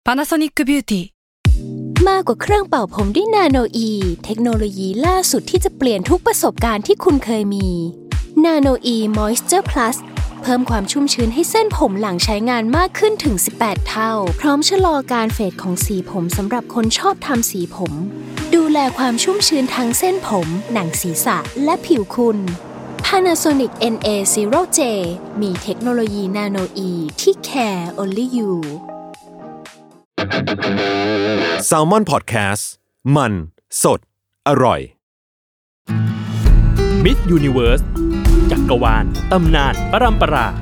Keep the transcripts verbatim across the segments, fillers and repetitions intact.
Panasonic Beauty มากกว่าเครื่องเป่าผมด้วยนาโนอีเทคโนโลยีล่าสุดที่จะเปลี่ยนทุกประสบการณ์ที่คุณเคยมีนาโนอีมอยส์เจอร์พลัสเพิ่มความชุ่มชื้นให้เส้นผมหลังใช้งานมากขึ้นถึงสิบแปดเท่าพร้อมชะลอการเฟดของสีผมสำหรับคนชอบทำสีผมดูแลความชุ่มชื้นทั้งเส้นผมหนังศีรษะและผิวคุณ Panasonic เอ็น เอ ศูนย์ เจ มีเทคโนโลยีนาโนอีที่ care only you Salmon Podcast มันสดอร่อย Miss Universe จักรวาลตำนานปรัมปรา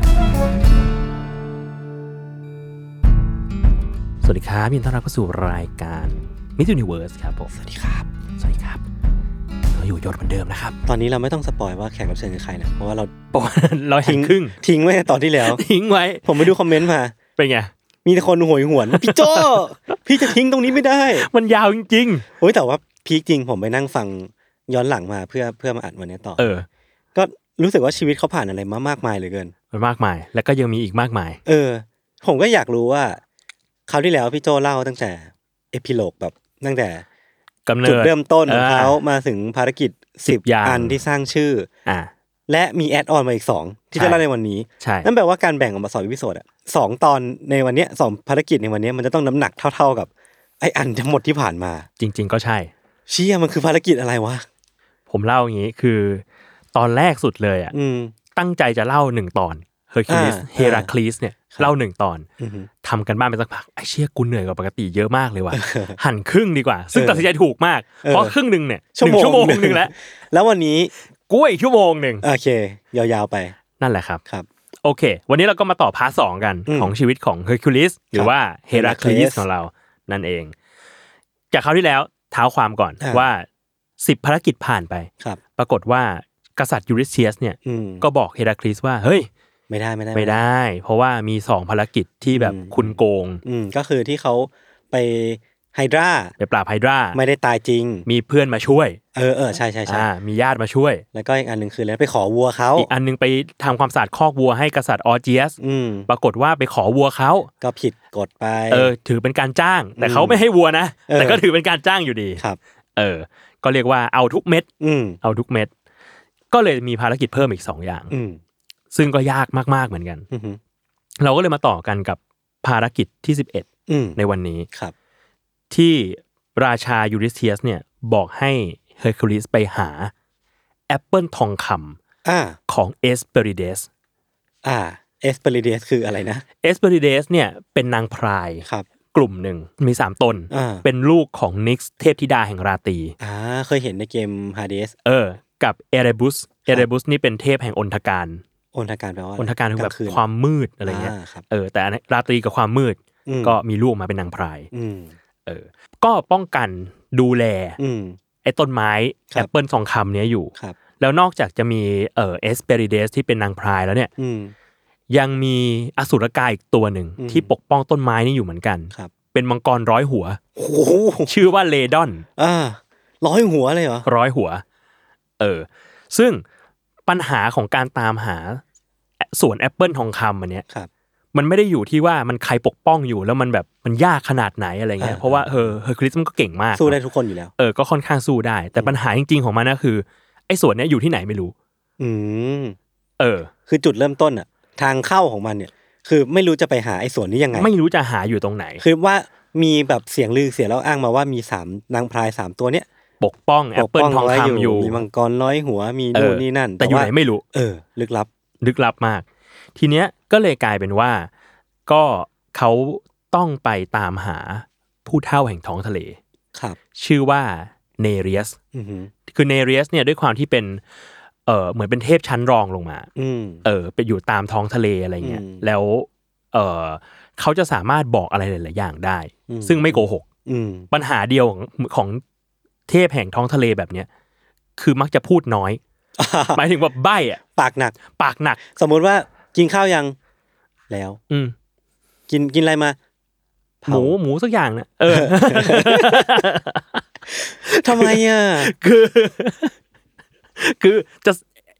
สวัสดีครับยินดีต้อนรับเข้าสู่รายการ Miss Universe ครับผมสวัสดีครับสวัสดีครับเราอยู่ยศเหมือนเดิมนะครับตอนนี้เราไม่ต้องสปอยว่าแขกรับเชิญคือใครนะเพราะว่าเราปอเราทิ้งครึ่งทิ้งไว้ตอนที่แล้วทิ้งไว้ผมไปดูคอมเมนต์มาเป็นไงมีแต่คนโหยหวนพี่โจพี่จะทิ้งตรงนี้ไม่ได้มันยาวจริงๆโอ้ยแต่ว่าพีคจริงผมไปนั่งฟังย้อนหลังมาเพื่อเพื่อมาอัดวันนี้ต่อเออก็รู้สึกว่าชีวิตเขาผ่านอะไรมามากมายเหลือเกินมันมากมายแล้วก็ยังมีอีกมากมายเออผมก็อยากรู้ว่าคราวที่แล้วพี่โจเล่าตั้งแต่เอพิโลกแบบตั้งแต่กำเนิดจุดเริ่มต้นของเขามาถึงภารกิจสิบอันที่สร้างชื่ออ่าและมีแอดออนมาอีกสองที่จะเล่าในวันนี้นั่นแปลว่าการแบ่งออกมาสองอีพิโซดอ่ะสองตอนในวันนี้สองภารกิจในวันนี้มันจะต้องน้ำหนักเท่าๆกับไอ้อันทั้งหมดที่ผ่านมาจริงๆก็ใช่เชี่ยมันคือภารกิจอะไรวะผมเล่าอย่างนี้คือตอนแรกสุดเลยอ่ะตั้งใจจะเล่าหนึ่งตอนเฮอร์คิวลิสเฮราคลีสเนี่ยเล่าหนึ่งตอนทำกันบ้านไปสักพักไอ้เชี่ยกูเหนื่อยกว่าปกติเยอะมากเลยว่ะหั่นครึ่งดีกว่าซึ่งตัดสินใจถูกมากเพราะครึ่งนึงเนี่ยหนึ่งชั่วโมงนึงแล้วแล้ววันนี้กูอีกชั่วโมงนึงโอเคยาวๆไปนั่นแหละครับครับโอเควันนี้เราก็มาต่อพาร์ทสองกันของชีวิตของเฮอร์คิวลิสหรือว่าเฮราคลีสของเรานั่นเองจากคราวที่แล้วเท้าความก่อนว่าสิบภารกิจผ่านไปปรากฏว่ากษัตริย์ยูริเทียสเนี่ยก็บอกเฮราคลีสว่าเฮ้ยไม่ได้ไม่ได้ไม่ได้เพราะว่ามีสองภารกิจที่แบบคุณโกงอืมก็คือที่เขาไปไฮดราไปปราบไฮดราไม่ได้ตายจริงมีเพื่อนมาช่วยเออเออใช่ใช่ใช่มีญาติมาช่วยแล้วก็อีกอันนึงคือแล้วไปขอวัวเขาอีกอันนึงไปทำความสะอาดคอกวัวให้กษัตริย์ออร์เจียสปรากฏว่าไปขอวัวเขาก็ผิดกฎไปเออถือเป็นการจ้างแต่เขาไม่ให้วัวนะแต่ก็ถือเป็นการจ้างอยู่ดีครับเออก็เรียกว่าเอาทุกเม็ดเอาทุกเม็ดก็เลยมีภารกิจเพิ่มอีกสองอย่างซึ่งก็ยากมากๆเหมือนกันเราก็เลยมาต่อกันกับภารกิจที่สิบเอ็ดในวันนี้ที่ราชายูริสเทียสเนี่ยบอกให้เฮอร์คิวลิสไปหาแอปเปิลทองคำของเอสเปริเดสอ่าเอสเปริเดสคืออะไรนะเอสเปริเดสเนี่ยเป็นนางพรายกลุ่มหนึ่งมีสามตนเป็นลูกของนิกซ์เทพธิดาแห่งราตรีอ่าเคยเห็นในเกม Hades เออกับเอเรบุสเอเรบุสนี่เป็นเทพแห่งอนทการอนทการแปลว่าอนทการคือแบบความมืดอะไรเงี้ยเออแต่ราตรีกับความมืดก็มีลูกมาเป็นนางพรายเออก็ป้องกันดูแลไอ้ต้นไม้แอปเปิลทองคำเนี้ยอยู่แล้วนอกจากจะมีเออเอสเปริเดสที่เป็นนางพรายแล้วเนี่ยยังมีอสุรกายอีกตัวหนึ่งที่ปกป้องต้นไม้นี่อยู่เหมือนกันเป็นมังกรร้อยหัวชื่อว่าเลดอนอ่าร้อยหัวเลยเหรอร้อยหัวเออซึ่งปัญหาของการตามหาสวนแอปเปิลทองคำอันเนี้ยมันไม่ได้อยู่ที่ว่ามันใครปกป้องอยู่แล้วมันแบบมันยากขนาดไหนอะไรเงี้ยเพราะว่าเฮอเฮอร์คิวลิสมันก็เก่งมากสู้ได้ทุกคนอยู่แล้วเออก็ค่อนข้างสู้ได้แต่ปัญหาจริงๆของมันก็คือไอ้สวนเนี้ยอยู่ที่ไหนไม่รู้อืมเออคือจุดเริ่มต้นอ่ะทางเข้าของมันเนี่ยคือไม่รู้จะไปหาไอ้สวนนี้ยังไงไม่รู้จะหาอยู่ตรงไหนคือว่ามีแบบเสียงลือเสียงแล้วอ้างมาว่ามีสามนางพรายสามตัวเนี้ยปกป้องแอปเปิลทองคำอยู่มีมังกรร้อยหัวมีนู่นนี่นั่นแต่อยู่ไหนไม่รู้เออลึกลับลึกลับมากทีเนี้ยก็เลยกลายเป็นว่าก็เขาต้องไปตามหาผู้เฒ่าแห่งท้องทะเลครับชื่อว่าเนเรียสคือเนเรียสเนี่ยด้วยความที่เป็นเออเหมือนเป็นเทพชั้นรองลงมาเออไปอยู่ตามท้องทะเลอะไรเงี้ยแล้วเออเขาจะสามารถบอกอะไรหลายๆอย่างได้ซึ่งไม่โกหกปัญหาเดียวของของเทพแห่งท้องทะเลแบบเนี้ยคือมักจะพูดน้อยหมายถึงว่าใบ้อะปากหนักปากหนักสมมุติว่ากินข้าวยังแล้วอืมกินกินอะไรมาหมูหมูสักอย่างน่ะเออทำไมอ่ะคือคือจะ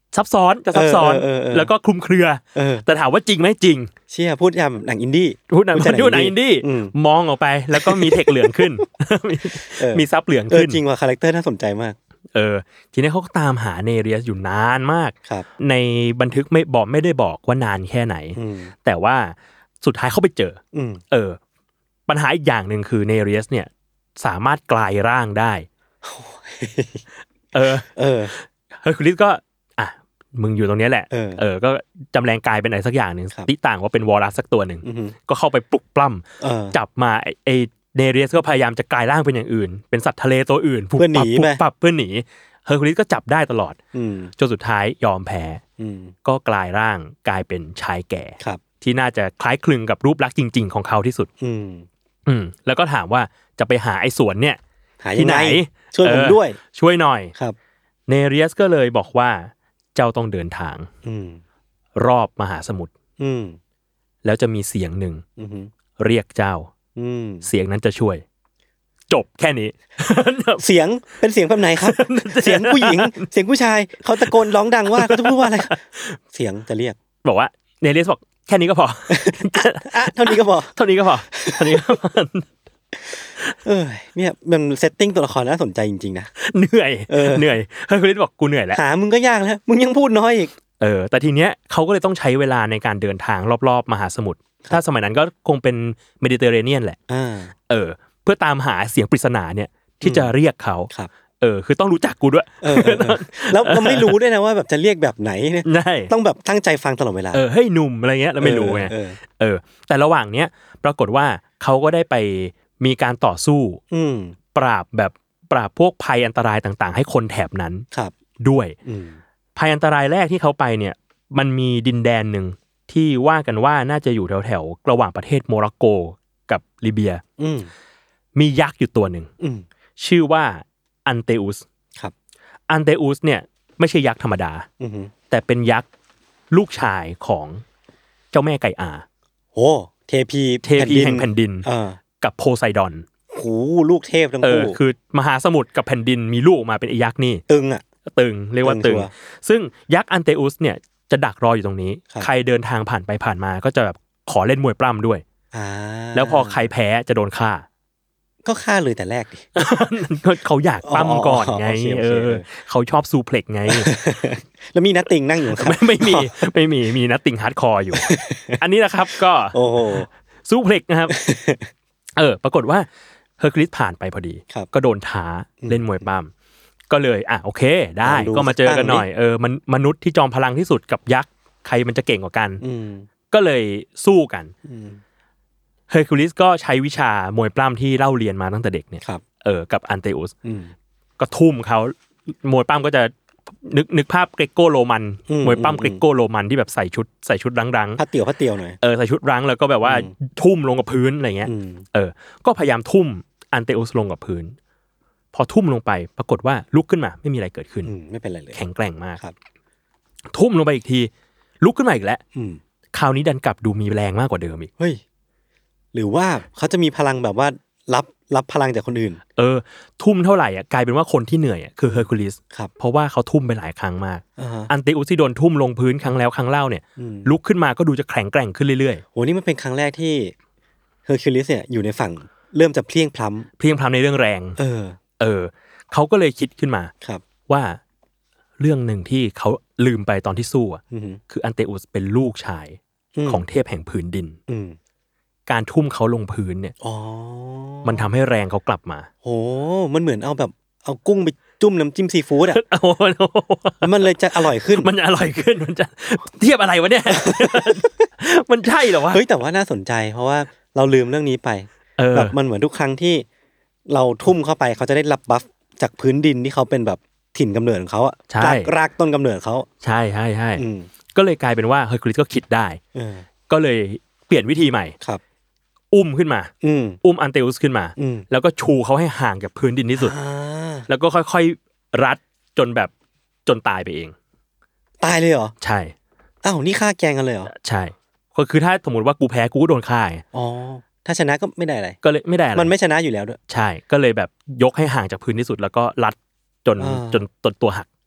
ซับซ้อนจะซับซ้อนแล้วก็คลุมเครือแต่ถามว่าจริงไหมจริงเชี่ยพูดอย่างหนังอินดี้พูดหนังพูดหนังอินดี้มองออกไปแล้วก็มีเทคเหลืองขึ้นมีซับเหลืองขึ้นจริงว่าคาแรคเตอร์น่าสนใจมากเออทีนี้เขาก็ตามหาเนเรียสอยู่นานมากในบันทึกไม่บอกไม่ได้บอกว่านานแค่ไหนแต่ว่าสุดท้ายเขาไปเจอเออปัญหาอีกอย่างหนึ่งคือเนเรียสเนี่ยสามารถกลายร่างได้เออเออเฮอร์คิวลิสก็อ่ะมึงอยู่ตรงนี้แหละเออเออก็จำแรงกายเป็นอะไรสักอย่างหนึ่งติต่างว่าเป็นวอรัสสักตัวหนึ่งก็เข้าไปปลุกปล้ำจับมาไอเนเรียสก็พยายามจะกลายร่างเป็นอย่างอื่นเป็นสัตว์ทะเลตัวอื่นเพื่อหนีปรับเพื่อหนีเฮอร์คิวลิสก็จับได้ตลอดจนสุดท้ายยอมแพ้ก็กลายร่างกลายเป็นชายแก่ที่น่าจะคล้ายคลึงกับรูปลักษณ์จริงๆของเขาที่สุดอืมแล้วก็ถามว่าจะไปหาไอ้สวนเนี่ยที่ไหนช่วยผมด้วยช่วยหน่อยครับเนเรียสก็เลยบอกว่าเจ้าต้องเดินทางรอบมหาสมุทรแล้วจะมีเสียงหนึ่งเรียกเจ้าเสียงนั้นจะช่วยจบแค่นี้เสียงเป็นเสียงแบบไหนครับ เสียงผู้หญิงเสียงผู้ชายเขาตะโกนร้องดังว่าเขาจะพูดว่าอะไรเสียงจะเรียกบอกว่าเนเรียสบอกแค่นี้ก็พอเท่านี้ก็พอเท่านี้ก็พอเท่านี้ก็พอเออเนี่ยมันเซตติ้งตัวละครน่าสนใจจริงๆนะเหนื่อยเหนื่อยเฮอร์คิวลิสบอกกูเหนื่อยแล้วหามึงก็ยากแล้วมึงยังพูดน้อยอีกเออแต่ทีเนี้ยเขาก็เลยต้องใช้เวลาในการเดินทางรอบๆมหาสมุทรถ้าสมัยนั้นก็คงเป็นเมดิเตอร์เรเนียนแหละเออเพื่อตามหาเสียงปริศนาเนี่ยที่จะเรียกเขาเออคือต้องรู้จักกูด้วยแล้วเราไม่รู้ด้วยนะว่าแบบจะเรียกแบบไหนเนี่ยต้องแบบตั้งใจฟังตลอดเวลาเออเฮ้ยหนุ่มอะไรเงี้ยเราไม่รู้ไงเออแต่ระหว่างเนี้ยปรากฏว่าเขาก็ได้ไปมีการต่อสู้ปราบแบบปราบพวกภัยอันตรายต่างๆให้คนแถบนั้นด้วยภัยอันตรายแรกที่เขาไปเนี่ยมันมีดินแดนหนึ่งที่ว่ากันว่าน่าจะอยู่แถวๆระหว่างประเทศโมร็อกโกกับลิเบียมียักษ์อยู่ตัวหนึ่งชื่อว่าอันเตอุสครับอันเตอุสเนี่ยไม่ใช่ยักษ์ธรรมดาแต่เป็นยักษ์ลูกชายของเจ้าแม่ไก่อาโอ้เทพีเทพีแห่งแผ่นดินกับโพไซดอนโอ้ลูกเทพทั้งคู่คือมหาสมุทรกับแผ่นดินมีลูกมาเป็นไอ้ยักษ์นี่ตึงอ่ะตึงเรียกว่าตึงซึ่งยักษ์อันเตอุสเนี่ยจะดักรออยู่ตรงนี้ใครเดินทางผ่านไปผ่านมาก็จะแบบขอเล่นมวยปล้ำด้วยแล้วพอใครแพ้จะโดนฆ่าก็ฆ่าเลยแต่แรกดิเขาอยากปั้มก่อนไงเออเขาชอบซูเพล็กไงแล้วมีนัตติงนั่งอยู่ครับไม่มีไม่มีมีนัตติงฮาร์ดคอร์อยู่อันนี้นะครับก็โอ้โหซูเพล็กนะครับเออปรากฏว่าเฮอร์คิวลิสผ่านไปพอดีก็โดนท้าเล่นมวยปล้ำก็เลยอ่ะโอเคได้ก็มาเจอกันหน่อยเออมันมนุษย์ที่จอมพลังที่สุดกับยักษ์ใครมันจะเก่งกว่ากันก็เลยสู้กันเฮอร์คิวลิสก็ใช้วิชามวยปล้ำที่เล่าเรียนมาตั้งแต่เด็กเนี่ยเออกับอันเตอุสก็ทุ่มเขามวยปล้ำก็จะนึกนึกภาพเกรโกโรมันมวยปล้ำเกรโกโรมันที่แบบใส่ชุดใส่ชุดรังๆผ้าเตี่ยวผ้าเตี่ยวหน่อยเออใส่ชุดรังแล้วก็แบบว่าทุ่มลงกับพื้นอะไรเงี้ยเออก็พยายามทุ่มอันเตอุสลงกับพื้นพอทุ่มลงไปปรากฏว่าลุกขึ้นมาไม่มีอะไรเกิดขึ้นไม่เป็นไรเลยแข็งแกร่งมากทุ่มลงไปอีกทีลุกขึ้นมาอีกแล้วคราวนี้ดันกลับดูมีแรงมากกว่าเดิมอีกเฮ้ยหรือว่าเขาจะมีพลังแบบว่ารับรับพลังจากคนอื่นเออทุ่มเท่าไหร่อ่ะกลายเป็นว่าคนที่เหนื่อยอ่ะคือเฮอร์คิวลิสเพราะว่าเขาทุ่มไปหลายครั้งมาก uh-huh. อันเตอุสที่โดนทุ่มลงพื้นครั้งแล้วครั้งเล่าเนี่ยลุกขึ้นมาก็ดูจะแข็งแกร่งขึ้นเรื่อยๆโหนี่มันเป็นครั้งแรกที่เฮอร์คิวลิสเนี่ยอยู่ในฝั่งเริ่มจะเพลียงพล้ำเพลียงพล้ำในเรื่องแรงเออเออเขาก็เลยคิดขึ้นมาว่าเรื่องหนึ่งที่เขาลืมไปตอนที่สู้อ่ะ uh-huh. คืออันเตอุสเป็นลูกชาย uh-huh. ของเทพแห่งผืนดิน uh-huh.การทุ่มเขาลงพื้นเนี่ยมันทำให้แรงเขากลับมาโอ้มันเหมือนเอาแบบเอากุ้งไปจุ่มน้ำจิ้มซีฟู้ดอ่ะมันเลยจะอร่อยขึ้นมันจะอร่อยขึ้นมันจะเทียบอะไรวะเนี่ย มันใช่เหรอวะเฮ้ยแต่ว่าน่าสนใจเพราะว่าเราลืมเรื่องนี้ไปแบบมันเหมือนทุกครั้งที่เราทุ่มเข้าไปเขาจะได้รับบัฟจากพื้นดินที่เขาเป็นแบบถิ่นกำเนิดของเขาอ่ะรากรากต้นกำเนิดเขาใช่ใช่ใช่ก็เลยกลายเป็นว่าเฮอร์คิวลิสก็คิดได้ก็เลยเปลี่ยนวิธีใหม่ครับอุ้มขึ้นมาอุ้มอันเตอุสขึ้นมาแล้วก็ชูเขาให้ห่างจากพื้นดินที่สุดแล้วก็ค่อยๆรัดจนแบบจนตายไปเองตายเลยเหรอใช่อ้าวนี่ฆ่าแกงกันเลยเหรอใช่ก็คือถ้าสมมติว่ากูแพ้กูก็โดนฆ่าอ๋อถ้าชนะก็ไม่ได้อะไรก็เลยไม่ได้อะไรมันไม่ชนะอยู่แล้วด้วยใช่ก็เลยแบบยกให้ห่างจากพื้นที่สุดแล้วก็รัดจนจนจนตัวหัก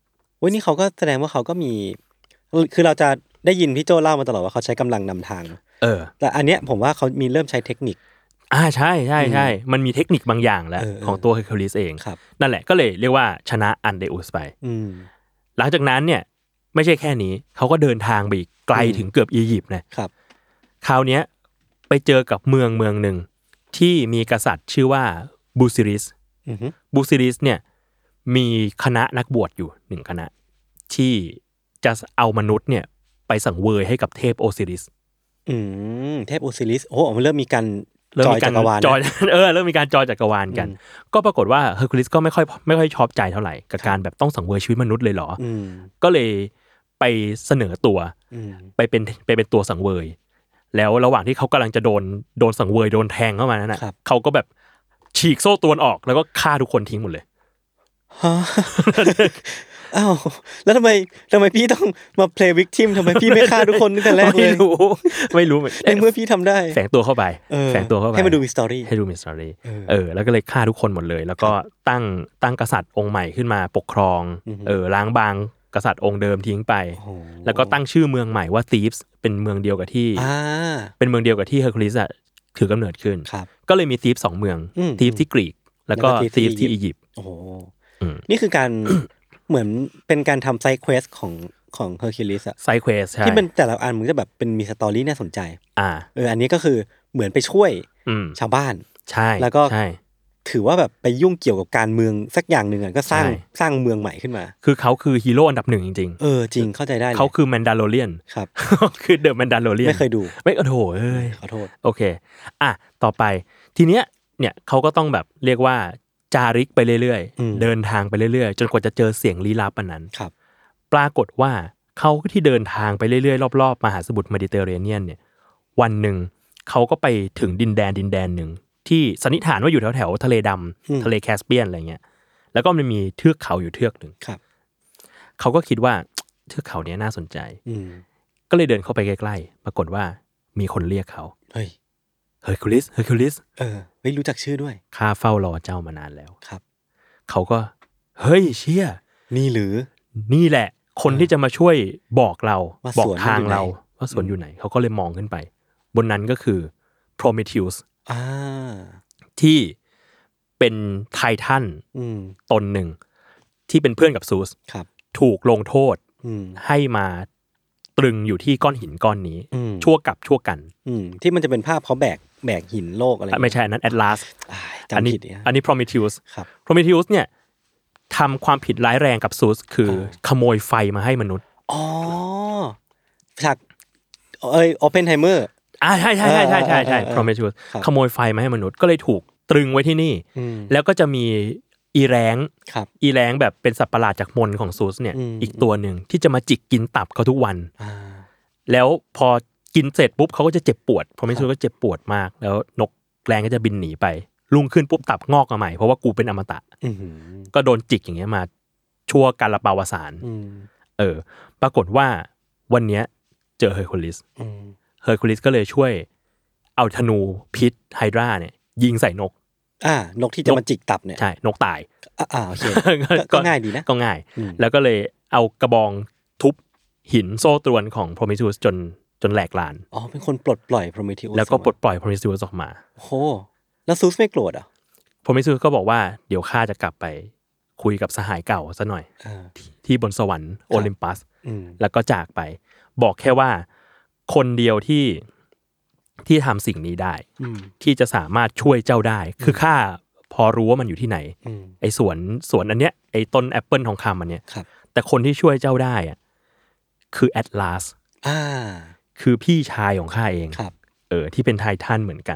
ว้ยนี่เขาก็แสดงว่าเขาก็มีคือเราจะได้ยินพี่โจเล่ามาตลอดว่าเขาใช้กำลังนำทางเออแต่อันเนี้ยผมว่าเขามีเริ่มใช้เทคนิคอ่าใช่ใช่ใช่มันมีเทคนิคบางอย่างแล้วของตัวเฮอร์คิวลิสเองนั่นแหละก็เลยเรียกว่าชนะอันเดอุสไปหลังจากนั้นเนี่ยไม่ใช่แค่นี้เขาก็เดินทางไปอีกไกลถึงเกือบอียิปต์นะครับคราวนี้ไปเจอกับเมืองเมืองหนึ่งที่มีกษัตริย์ชื่อว่าบูซิริสบูซิริสเนี่ยมีคณะนักบวชอยู่หนึ่งคณะที่จะเอามนุษย์เนี่ยไปสังเวยให้กับเทพโอซิริสอืมเทพโอซิริสโอ้มันเริ่มมีการจอยจักรวาลจอยเออเริ่มมีการจอยจักรวาลกันก็ปรากฏว่าเฮอร์คิวลิสก็ไม่ค่อยไม่ค่อยชอบใจเท่าไหร่กับการแบบต้องสังเวยชีวิตมนุษย์เลยเหรอก็เลยไปเสนอตัวไปเป็นไปเป็นตัวสังเวยแล้วระหว่างที่เขากำลังจะโดนโดนสังเวยโดนแทงเข้ามานั่นน่ะเขาก็แบบฉีกโซ่ตรวนออกแล้วก็ฆ่าทุกคนทิ้งหมดเลยฮะอ้าวแล้วทำไมทำไมพี่ต้องมาเพลย์วิกทิมทำไมพี่ไม่ฆ่าทุกคนตั้งแต่แรกเลยไม่รู้ไม่รู้เหมือนเมื่อพี่ทำได้แฝงตัวเข้าไปแฝงตัวเข้าไปให้มาดูมีสตอรี่ให้ดูมีสตอรี่เออแล้วก็เลยฆ่าทุกคนหมดเลยแล้วก็ตั้งตั้งกษัตริย์องค์ใหม่ขึ้นมาปกครองเออล้างบางกษัตริย์องค์เดิมทิ้งไปแล้วก็ตั้งชื่อเมืองใหม่ว่า Thebes เป็นเมืองเดียวกับที่เป็นเมืองเดียวกับที่เฮอร์คิวลิสอ่ะถือกำเนิดขึ้นก็เลยมี Thebes สองเมือง Thebes ที่กรีกแล้วก็ Thebes ที่อียิปต์โอ้โหนี่คือการเหมือนเป็นการทำไซด์เควสของของเฮอร์คิวลิสอะไซด์เควสใช่ที่มันแต่ละอันมันจะแบบเป็นมีสตอรี่น่าสนใจอ่าเอออันนี้ก็คือเหมือนไปช่วยชาวบ้านใช่แล้วก็ถือว่าแบบไปยุ่งเกี่ยวกับการเมืองสักอย่างหนึ่งอ่ะก็สร้างสร้างเมืองใหม่ขึ้นมาคือเขาคือฮีโร่อันดับหนึ่งจริงๆเออจริงเข้าใจได้เขาคือแมนดาโลเรียนครับคือเดอะแมนดาโลเรียนไม่เคยดูไม่โอ้โหเอ้ยขอโทษโอเคอ่ะต่อไปทีเนี้ยเนี่ยเขาก็ต้องแบบเรียกว่าจาริกไปเรื่อยๆเดินทางไปเรื่อยๆจนกว่าจะเจอเสียงลี้ลับอันนั้นครับปรากฏว่าเขาที่เดินทางไปเรื่อยๆรอบๆมหาสมุทรเมดิเตอร์เรเนียนเนี่ยวันหนึ่งเขาก็ไปถึงดินแดนดินแดนหนึ่งที่สันนิษฐานว่าอยู่แถวๆทะเลดำทะเลแคสเปียนอะไรเงี้ยแล้วก็มันมีเทือกเขาอยู่เทือกหนึ่งครับเขาก็คิดว่าเทือกเขาเนี้ยน่าสนใจก็เลยเดินเข้าไปใกล้ๆปรากฏว่ามีคนเรียกเขาเฮ้ยเฮอร์คิวลิสเฮอร์คิวลิสเออไม่รู้จักชื่อด้วยข้าเฝ้ารอเจ้ามานานแล้วครับเขาก็เฮ้ยเชี่ยนี่หรือนี่แหละคนที่จะมาช่วยบอกเราบอกทางเราว่าสวนอยู่ไหนเขาก็เลยมองขึ้นไปบนนั้นก็คือ Prometheus อ่าที่เป็นไททันตนหนึ่งที่เป็นเพื่อนกับซูสถูกลงโทษให้มาตรึงอยู่ที่ก้อนหินก้อนนี้ชั่วกับชั่วกันที่มันจะเป็นภาพเขาแบกแบกหินโลกอะไรไม่ใช่นั้นแอตลาสอันนี้อันนี้ Prometheus Prometheus เนี่ยทำความผิดร้ายแรงกับซูสคือขโมยไฟมาให้มนุษย์อ๋อจากเอ้ยโอเพนไฮเมอร์อ่าใช่ใช่ใช่ใช่ใช่ใช่ Prometheus ขโมยไฟมาให้มนุษย์ก็เลยถูกตรึงไว้ที่นี่แล้วก็จะมีอีแรงอีแรงแบบเป็นสัตว์ประหลาดจากมนของซูสเนี่ยอีกตัวหนึ่งที่จะมาจิกกินตับเขาทุกวันแล้วพอกินเสร็จปุ๊บเขาก็จะเจ็บปวด Prometheus ก็เจ็บปวดมากแล้วนกแรงก็จะบินหนีไปรุ่งขึ้นปุ๊บตับงอกมาใหม่เพราะว่ากูเป็นอมตะก็โดนจิกอย่างเงี้ยมาชั่วกาลปาวสารเออปรากฏว่าวันเนี้ยเจอเฮอร์คิวลิสเฮอร์คิวลิสก็เลยช่วยเอาธนูพิษไฮดราเนี่ยยิงใส่นกอ่านกที่จะมาจิกตับเนี่ยใช่นกตายอ่าโอเคก็ง่ายดีนะก็ง่ายแล้วก็เลยเอากระบองทุบหินโซ่ตรวนของ Prometheus จนจนแหลกลานอ๋อเป็นคนปลดปล่อย Prometheus แล้วก็ปลดปล่อย Prometheus ออกมาโหแล้วซูสไม่โกรธอ่ะ Prometheusก็บอกว่าเดี๋ยวข้าจะกลับไปคุยกับสหายเก่าซะหน่อยที่บนสวรรค์โอลิมปัสแล้วก็จากไปบอกแค่ว่าคนเดียวที่ที่ทำสิ่งนี้ได้ที่จะสามารถช่วยเจ้าได้คือข้าพอรู้ว่ามันอยู่ที่ไหนไอ้สวนสวนอันเนี้ยไอ้ต้นแอปเปิลทองคำอันเนี้ยแต่คนที่ช่วยเจ้าได้อ่ะคือแอตลาสอ่าคือพี่ชายของข้าเองเออที่เป็นไททันเหมือนกัน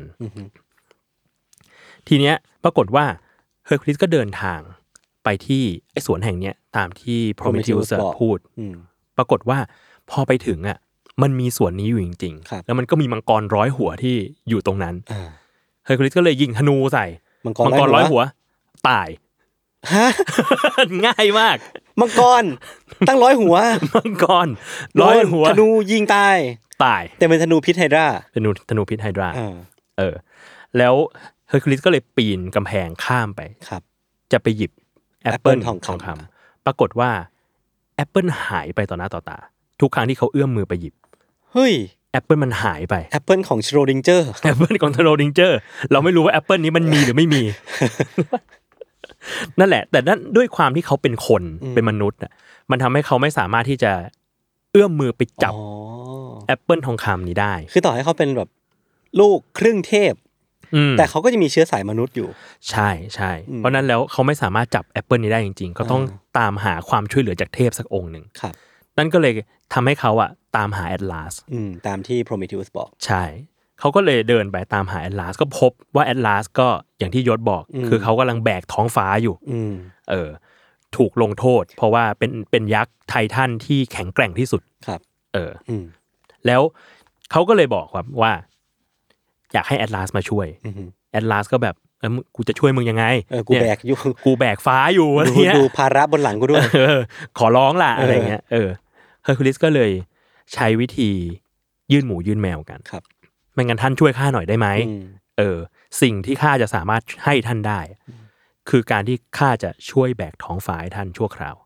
ทีเนี้ยปรากฏว่าเฮอร์คิวลิสก็เดินทางไปที่ไอ้สวนแห่งเนี้ยตามที่ Prometheus พูดปรากฏว่าพอไปถึงอ่ะมันมีสวนนี้อยู่จริงๆแล้วมันก็มีมังกรร้อยหัวที่อยู่ตรงนั้นเฮอร์คิวลิสก็เลยยิงธนูใส่มังกรร้อยหัวตายฮะง่ายมากมังกรตั้งร้อยหัวมังกรร้อยหัวธนูยิงตายตายแต่เป็นธนูพิษไฮดราธนูธนูพิษไฮดราเออแล้วเฮอร์คิวลิสก็เลยปีนกำแพงข้ามไปครับจะไปหยิบแอปเปิลทองคำปรากฏว่าแอปเปิลหายไปต่อหน้าต่อตาทุกครั้งที่เขาเอื้อมมือไปหยิบเฮ้ยแอปเปิลมันหายไปแอปเปิลของชโรดิงเจอร์แอปเปิลของชโรดิงเจอร์เราไม่รู้ว่าแอปเปิลนี้มันมีหรือไม่มี นั่นแหละแต่นั่นด้วยความที่เขาเป็นคนเป็นมนุษย์อ่ะมันทำให้เขาไม่สามารถที่จะเอื้อมมือไปจับแอปเปิลทองคำนี้ได้คือต่อให้เขาเป็นแบบลูกครึ่งเทพแต่เขาก็จะมีเชื้อสายมนุษย์อยู่ใช่ใช่เพราะนั้นแล้วเขาไม่สามารถจับแอปเปิลนี้ได้จริงๆก็ต้องตามหาความช่วยเหลือจากเทพสักองค์หนึ่งนั่นก็เลยทำให้เขาอะตามหาแอตลาสตามที่โพรเมธีอุสบอกใช่เขาก็เลยเดินไปตามหาแอตลาสก็พบว่าแอตลาสก็อย่างที่ยศบอกคือเขากำลังแบกท้องฟ้าอยู่เออถูกลงโทษเพราะว่าเป็นเป็นยักษ์ไททันที่แข็งแกร่งที่สุดครับเออแล้วเขาก็เลยบอกครับว่าอยากให้แอตลาสมาช่วยแอตลาสก็แบบเออกูจะช่วยมึงยังไงเออกูแบกอยู่กูแบกฟ้าอยู่อะไรเงี้ยดูภาระบนหลังกูด้วยขอร้องล่ะอะไรเงี้ยเออเฮอร์คิวลิสก็เลยใช้วิธียื่นหมูยื่นแมวกันครับไม่งั้นท่านช่วยข้าหน่อยได้ไหมเออสิ่งที่ข้าจะสามารถให้ท่านได้คือการที่ข้าจะช่วยแบกท้องฟ้าให้ท่านชั่วคราว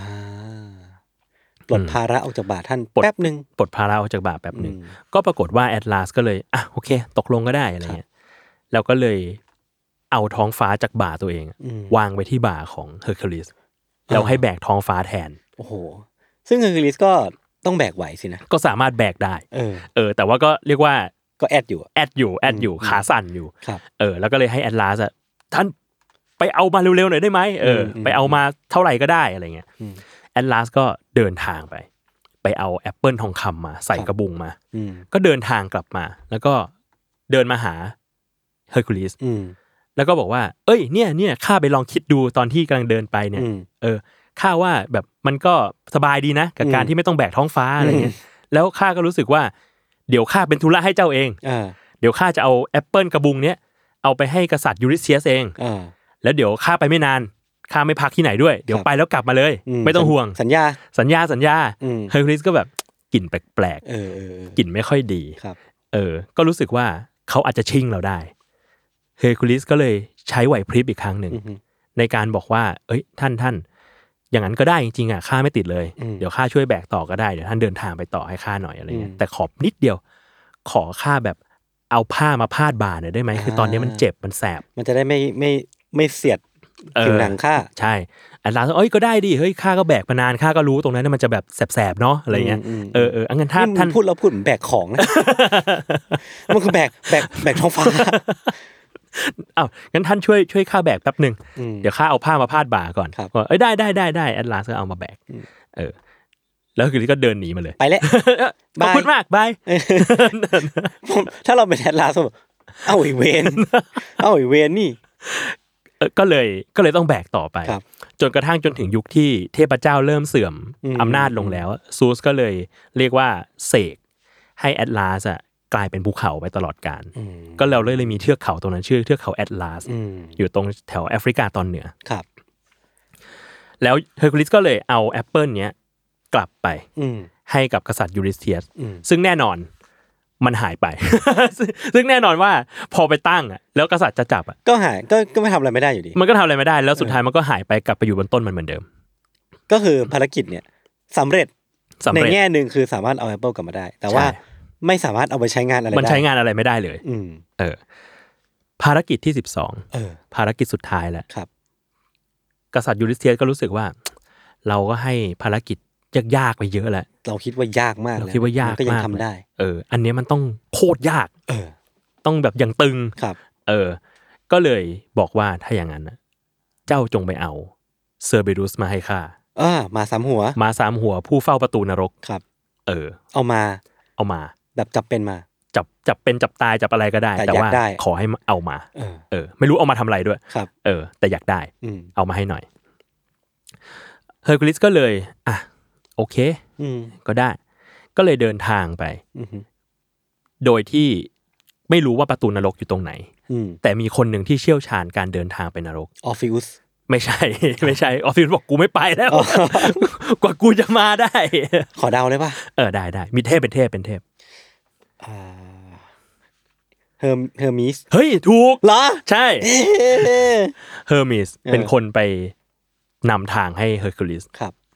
ปลดภาระออกจากบ่าท่านแป๊บนึงปลดภาระออกจากบ่าแป๊บนึงก็ปรากฏว่าแอตลาสก็เลยอ่ะโอเคตกลงก็ได้อะไรเงี้ยแล้วก็เลยเอาท้องฟ้าจากบ่าตัวเองวางไว้ที่บ่าของเฮอร์คิวลิสแล้วให้แบกท้องฟ้าแทนโอ้โหซึ่งเฮอร์คิวลิสก็ต้องแบกไหวสินะก็สามารถแบกได้เออเออแต่ว่าก็เรียกว่าก็แอดอยู่แอดอยู่แอดอยู่ขาสั่นอยู่ครับเออแล้วก็เลยให้แอตลาสอ่ะท่านไปเอามาเร็วๆหน่อยได้ไหมเออไปเอามาเท่าไหร่ก็ได้อะไรเงี้ยแอตลาสก็เดินทางไปไปเอาแอปเปิลทองคำมาใส่กระบุงมาก็เดินทางกลับมาแล้วก็เดินมาหาเฮอร์คิวลิสแล้วก็บอกว่าเอ้ยเนี่ยเนี่ยข้าไปลองคิดดูตอนที่กำลังเดินไปเนี่ยเออข้าว่าแบบมันก็สบายดีนะกับการที่ไม่ต้องแบกท้องฟ้าอะไรเงี้ยแล้วข้าก็รู้สึกว่าเดี๋ยวข้าเป็นธุระให้เจ้าเองเดี๋ยวข้าจะเอาแอปเปิลกระบุงเนี้ยเอาไปให้กษัตริย์ยูริเซียสเองแล้วเดี๋ยวข้าไปไม่นานข้าไม่พักที่ไหนด้วยเดี๋ยวไปแล้วกลับมาเลยไม่ต้องห่วงสัญญาสัญญาสัญญาเฮอร์คิวลิสก็แบบกลิ่นแปลกๆกลิ่นไม่ค่อยดีเออก็รู้สึกว่าเขาอาจจะชิ่งเราได้เฮอร์คิวลิสก็เลยใช้ไหวพริบอีกครั้งหนึ่งในการบอกว่าเอ้ยท่านท่านอย่างนั้นก็ได้จริงๆอ่ะข้าไม่ติดเลยเดี๋ยวข้าช่วยแบกต่อก็ได้เดี๋ยวท่านเดินทางไปต่อให้ข้าหน่อยอะไรเงี้ยแต่ขอนิดเดียวขอข้าแบบเอาผ้ามาพาดบ่าหน่อยได้ไหมคือตอนนี้มันเจ็บมันแสบมันจะได้ไม่ไม่ไม่เสียดผิวหนังข้าใช่อันลาเอ้ยก็ได้ดิเฮ้ยข้าก็แบกมานานข้าก็รู้ตรงนั้นมันจะแบบแสบๆเนาะอะไรเงี้ยเออเอองั้นท่านท่านพูดแล้วพูดเหมือนแบกของนะมันคือแบกแบกแบกท้องฟ้าอ้าวงั้นท่านช่วยช่วยข้าแบกแป๊บนึงเดี๋ยวข้าเอาผ้ามาพาดบ่าก่อนเอ้ยได้ได้ได้ได้แอตลาสก็เอามาแบกเออแล้วคือก็เดินหนีมาเลยไปแล้วขอบคุณมากบายถ้าเราเป็นแอตลาสเอ้าไอ้เวนเอ้าไอ้เวนนี่ก็เลยก็เลยต้องแบกต่อไปจนกระทั่งจนถึงยุคที่เทพเจ้าเริ่มเสื่อมอำนาจลงแล้วซูสก็เลยเรียกว่าเสกให้แอตลาสอ่ะกลายเป็นภูเขาไปตลอดกาลก็เราเลยเลยมีเทือกเขาตรงนั้นชื่อเทือกเขาแอตลาสอยู่ตรงแถวแอฟริกาตอนเหนือครับแล้วเฮอร์คิวลิสก็เลยเอาแอปเปิลเนี้ยกลับไปให้กับกษัตริย์ยูริเซียสซึ่งแน่นอนมันหายไป ซึ่งแน่นอนว่าพอไปตั้งอ่ะแล้วกษัตริย์จะจับอ่ะก็หายก็ก็ไม่ทำอะไรไม่ได้อยู่ดีมันก็ทำอะไรไม่ได้แล้วสุดท้ายมันก็หายไปกลับไปอยู่บนต้นมันเหมือนเดิมก็คือภารกิจเนี่ยสำเร็จในแง่นึงคือสามารถเอาแอปเปิลกลับมาได้แต่ว่าไม่สามารถเอาไปใช้งานอะไรได้มันใช้งานอะไรไม่ได้เลยเออภารกิจที่สิบสองเออภารกิจสุดท้ายแล้วครับกษัตริย์ยูริเซียสก็รู้สึกว่าเราก็ให้ภารกิจยากๆไปเยอะแล้วเราคิดว่ายากมากเราคิดว่ายากก็ยังทำได้เอออันนี้มันต้องโคตรยากเออต้องแบบอย่างตึงครับเออก็เลยบอกว่าถ้าอย่างนั้นนะเจ้าจงไปเอาเซอร์เบรุสมาให้ข้าอ่ามาสามหัวมาสามหัวผู้เฝ้าประตูนรกครับเออเอามาเอามาแบบจับเป็นมาจับจับเป็นจับตายจับอะไรก็ได้แต่ว่าขอให้เอามาเออเออไม่รู้เอามาทำอะไรด้วยครับเออแต่อยากได้เอามาให้หน่อยเฮอร์คิวลิสก็เลยอ่ะโอเคก็ได้ก็เลยเดินทางไปโดยที่ไม่รู้ว่าประตูนรกอยู่ตรงไหนแต่มีคนหนึ่งที่เชี่ยวชาญการเดินทางไปนรกออฟฟิอุสไม่ใช่ไม่ใช่ออฟฟิอุสบอกกูไม่ไปแล้วกว่ากูจะมาได้ขอเดาเลยป่ะเออได้ได้มีเทพเป็นเทพเป็นเทพเฮอร์เฮอร์มิสเฮ้ยถูกเหรอใช่เฮอร์มิสเป็นคนไปนำทางให้เฮอร์คิวลิสครับ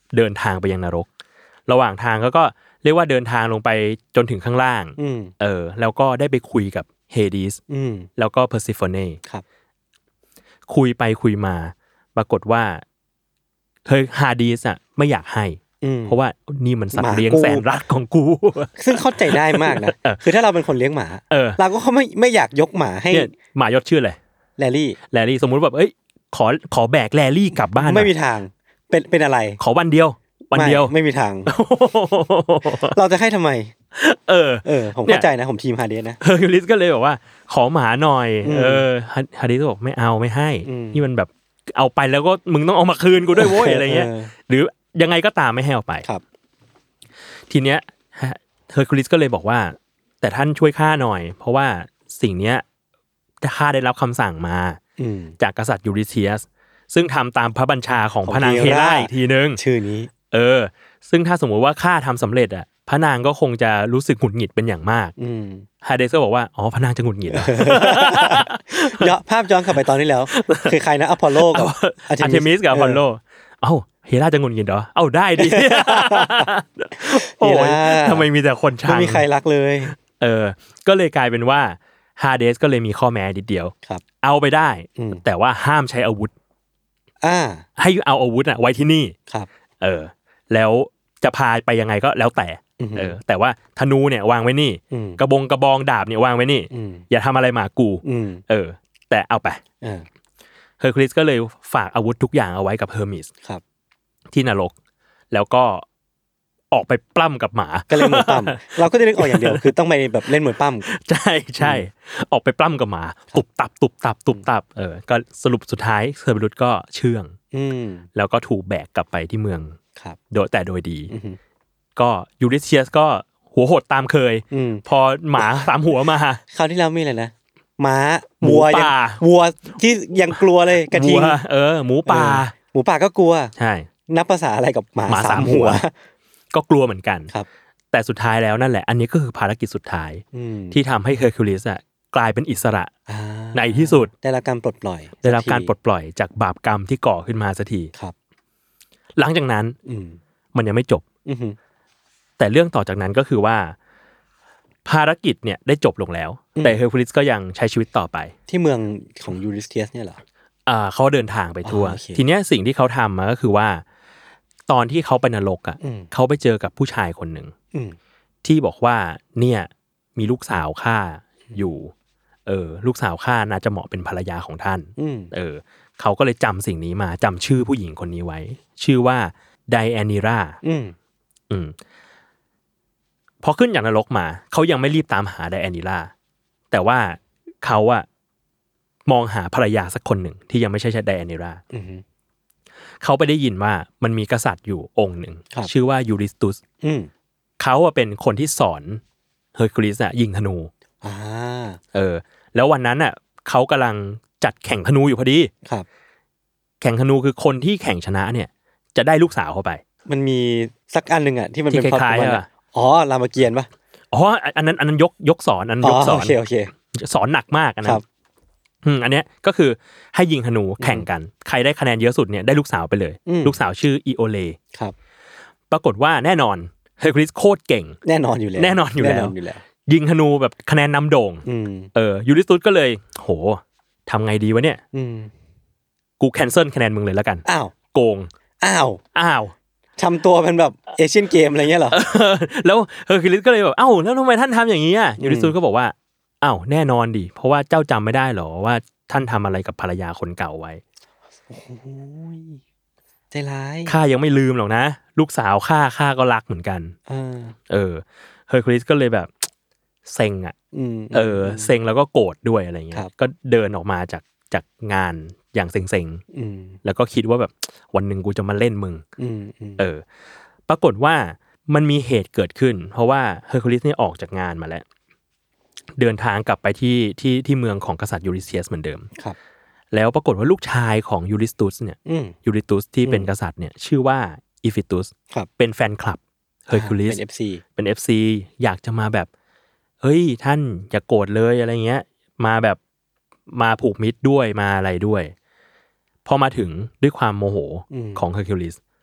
เดินทางไปยังนรกระหว่างทางก็ก็เรียกว่าเดินทางลงไปจนถึงข้างล่างเออแล้วก็ได้ไปคุยกับเฮดิสแล้วก็เพอร์ซิโฟเน่ครับคุยไปคุยมาปรากฏว่าเฮ้ยฮาดิสอ่ะไม่อยากให้เพราะว่านี่มันสัตว์เลี้ยงแสนรักของกูซึ่งเข้าใจได้มากนะคือถ้าเราเป็นคนเลี้ยงหมาเราก็เขาไม่ไม่อยากยกหมาให้หมายศชื่ออะไรแลลี่แลลี่สมมุติแบบเอ้ยขอขอแบกแลลี่กลับบ้านไม่มีทางเป็นเป็นอะไรขอวันเดียววันเดียวไม่มีทางเราจะให้ทำไมเออเออผมเข้าใจนะผมทีมฮาดิสนะเฮอร์คิวลิสก็เลยบอกว่าขอหมาหน่อยเออฮาดิสบอกไม่เอาไม่ให้นี่มันแบบเอาไปแล้วก็มึงต้องเอามาคืนกูด้วยโว้ยอะไรเงี้ยหรือยังไงก็ตามไม่ให้เอาไปครับทีเนี้ยเฮอร์คิวลิสก็เลยบอกว่าแต่ท่านช่วยข้าหน่อยเพราะว่าสิ่งเนี้ยข้าได้รับคำสั่งมาจากกษัตริย์ยูริเทียสซึ่งทำตามพระบัญชาของพระนางเฮราอีกทีนึงชื่อนี้เออซึ่งถ้าสมมติว่าข้าทำสำเร็จอ่ะพระนางก็คงจะรู้สึกหงุดหงิดเป็นอย่างมากฮาเดสก็บอกว่าอ๋อพระนางจะหงุดหงิดย้อนภาพย้อนกลับไปตอนนี้แล้วคือใครนะอพอลโลกับอาร์เทมิสกับอพอลโลเอ้าเฮราจะหงุดหงิดเหรอเอ้าได้ดิโอ้ยทำไมมีแต่คนชังไม่มีใครรักเลยเออก็เลยกลายเป็นว่าฮาเดสก็เลยมีข้อแม้นิดเดียวเอาไปได้แต่ว่าห้ามใช้อาวุธอ่าให้เอาอาวุธอ่ะไว้ที่นี่ครับเออแล้วจะพาไปยังไงก็แล้วแต่เออแต่ว่าธนูเนี่ยวางไว้นี่กระบงกระบองดาบเนี่ยวางไว้นี่อย่าทำอะไรหมากูเออแต่เอาไปเฮอร์คิวลิสก็เลยฝากอาวุธทุกอย่างเอาไว้กับเฮอร์มิสที่นรกแล้วก็ออกไปปล้ำกับหมาก็เล่นมวยปั้มเราก็จะนึกออกอย่างเดียวคือต้องไปแบบเล่นมวยปั้มใช่ใช่ออกไปปล้ำกับหมาตุบตับตุบตับตุบตับเออก็สรุปสุดท้ายเซอร์บิลุสก็เชื่องแล้วก็ถูกแบกกลับไปที่เมืองโดยแต่โดยดีก็ยูริเทียสก็หัวหดตามเคยพอหมาสามหัวมาคราวที่แล้วมีอะไรนะม้าวัวยังวัวที่ยังกลัวเลยกระทิงเออหมูป่าหมูป่าก็กลัวใช่นับภาษาอะไรกับหมาสามหัวก็กลัวเหมือนกันครับแต่สุดท้ายแล้วนั่นแหละอันนี้ก็คือภารกิจสุดท้ายที่ทำให้เฮอร์คิวลิสอ่ะกลายเป็นอิสระในที่สุดได้รับการปลดปล่อยได้รับการปลดปล่อยจากบาปกรรมที่ก่อขึ้นมาสักทีครับหลังจากนั้นมันยังไม่จบแต่เรื่องต่อจากนั้นก็คือว่าภารกิจเนี่ยได้จบลงแล้วแต่เฮอร์คิวลิสก็ยังใช้ชีวิตต่อไปที่เมืองของยูริสเทียสเนี่ยเหรออ่าเขาเดินทางไปทั่วทีเนี้ยสิ่งที่เขาทำมาก็คือว่าตอนที่เขาไปนรกอ่ะเขาไปเจอกับผู้ชายคนหนึ่งที่บอกว่าเนี่ยมีลูกสาวข้าอยู่เออลูกสาวข้าน่าจะเหมาะเป็นภรรยาของท่านเออเขาก็เลยจำสิ่งนี้มาจำชื่อผู้หญิงคนนี้ไว้ชื่อว่าไดแอนิราอืมอืมพอขึ้นจากนรกมาเขายังไม่รีบตามหาไดแอนิราแต่ว่าเขาอะมองหาภรรยาสักคนหนึ่งที่ยังไม่ใช่ไดแอนิราเขาไปได้ยินว่ามันมีกษัตริย์อยู่องค์หนึ่งชื่อว่ายูริสตุสเขาอะเป็นคนที่สอนเฮอร์คิวลิสอะยิงธนูอ่าเออแล้ววันนั้นอะเขากำลังจัดแข่งธนูอยู่พอดีครับแข่งธนูคือคนที่แข่งชนะเนี่ยจะได้ลูกสาวเข้าไปมันมีสักอันหนึ่งอะที่มันเป็นคล้ายๆอ๋อรามเกียรติ์ป่ะอ๋ออันนั้นอันนั้นยกยกสอนอันยกสอนโอเคโอเคสอนหนักมากอันนั้นอืมอันเนี้ยก็คือให้ยิงธนูแข่งกันใครได้คะแนนเยอะสุดเนี่ยได้ลูกสาวไปเลยลูกสาวชื่ออีโอเลครับปรากฏว่าแน่นอนเฮอร์คิวลิสโคตรเก่งแน่นอนอยู่แล้วแน่นอนอยู่แล้วยิงธนูแบบคะแนนนำโด่งเออยูริสตุสก็เลยโหทำไงดีวะเนี่ยกูแคนเซิลคะแนนมึงเลยแล้วกันอ้าวโกงอ้าวอ้าวทำตัวเป็นแบบเอเชียนเกมอะไรเงี้ยเหรอแล้วเฮอร์คิวลิสก็เลยแบบเอ้าแล้วทำไมท่านทำอย่างนี้อ่ะยูริสตุสก็บอกว่าอ้าวแน่นอนดิเพราะว่าเจ้าจำไม่ได้หรอว่าท่านทำอะไรกับภรรยาคนเก่าไว้โอ้ยใจร้ายข้ายังไม่ลืมหรอกนะลูกสาวข้าข้าก็รักเหมือนกันเออเออเฮอร์คิวลิสก็เลยแบบเซ็งอ่ะเออเซ็งแล้วก็โกรธด้วยอะไรเงี้ยก็เดินออกมาจากจากงานอย่างเซ็งๆแล้วก็คิดว่าแบบวันหนึ่งกูจะมาเล่นมึงเออปรากฏว่ามันมีเหตุเกิดขึ้นเพราะว่าเฮอร์คิวลิสเนี่ยออกจากงานมาแล้วเดินทางกลับไปที่ที่ที่เมืองของกษัตริย์ยูริเทียสเหมือนเดิมครับแล้วปรากฏว่าลูกชายของยูริสตุสเนี่ยยูริสตุสที่เป็นกษัตริย์เนี่ยชื่อว่าอีฟิตุสเป็นแฟนคลับเฮอร์คิวลิสเป็น เอฟ ซีเป็น เอฟ ซี อยากจะมาแบบเฮ้ยท่านอย่าโกรธเลยอะไรเงี้ยมาแบบมาผูกมิตรด้วยมาอะไรด้วยพอมาถึงด้วยความโมโหของเฮอร์คิวลิส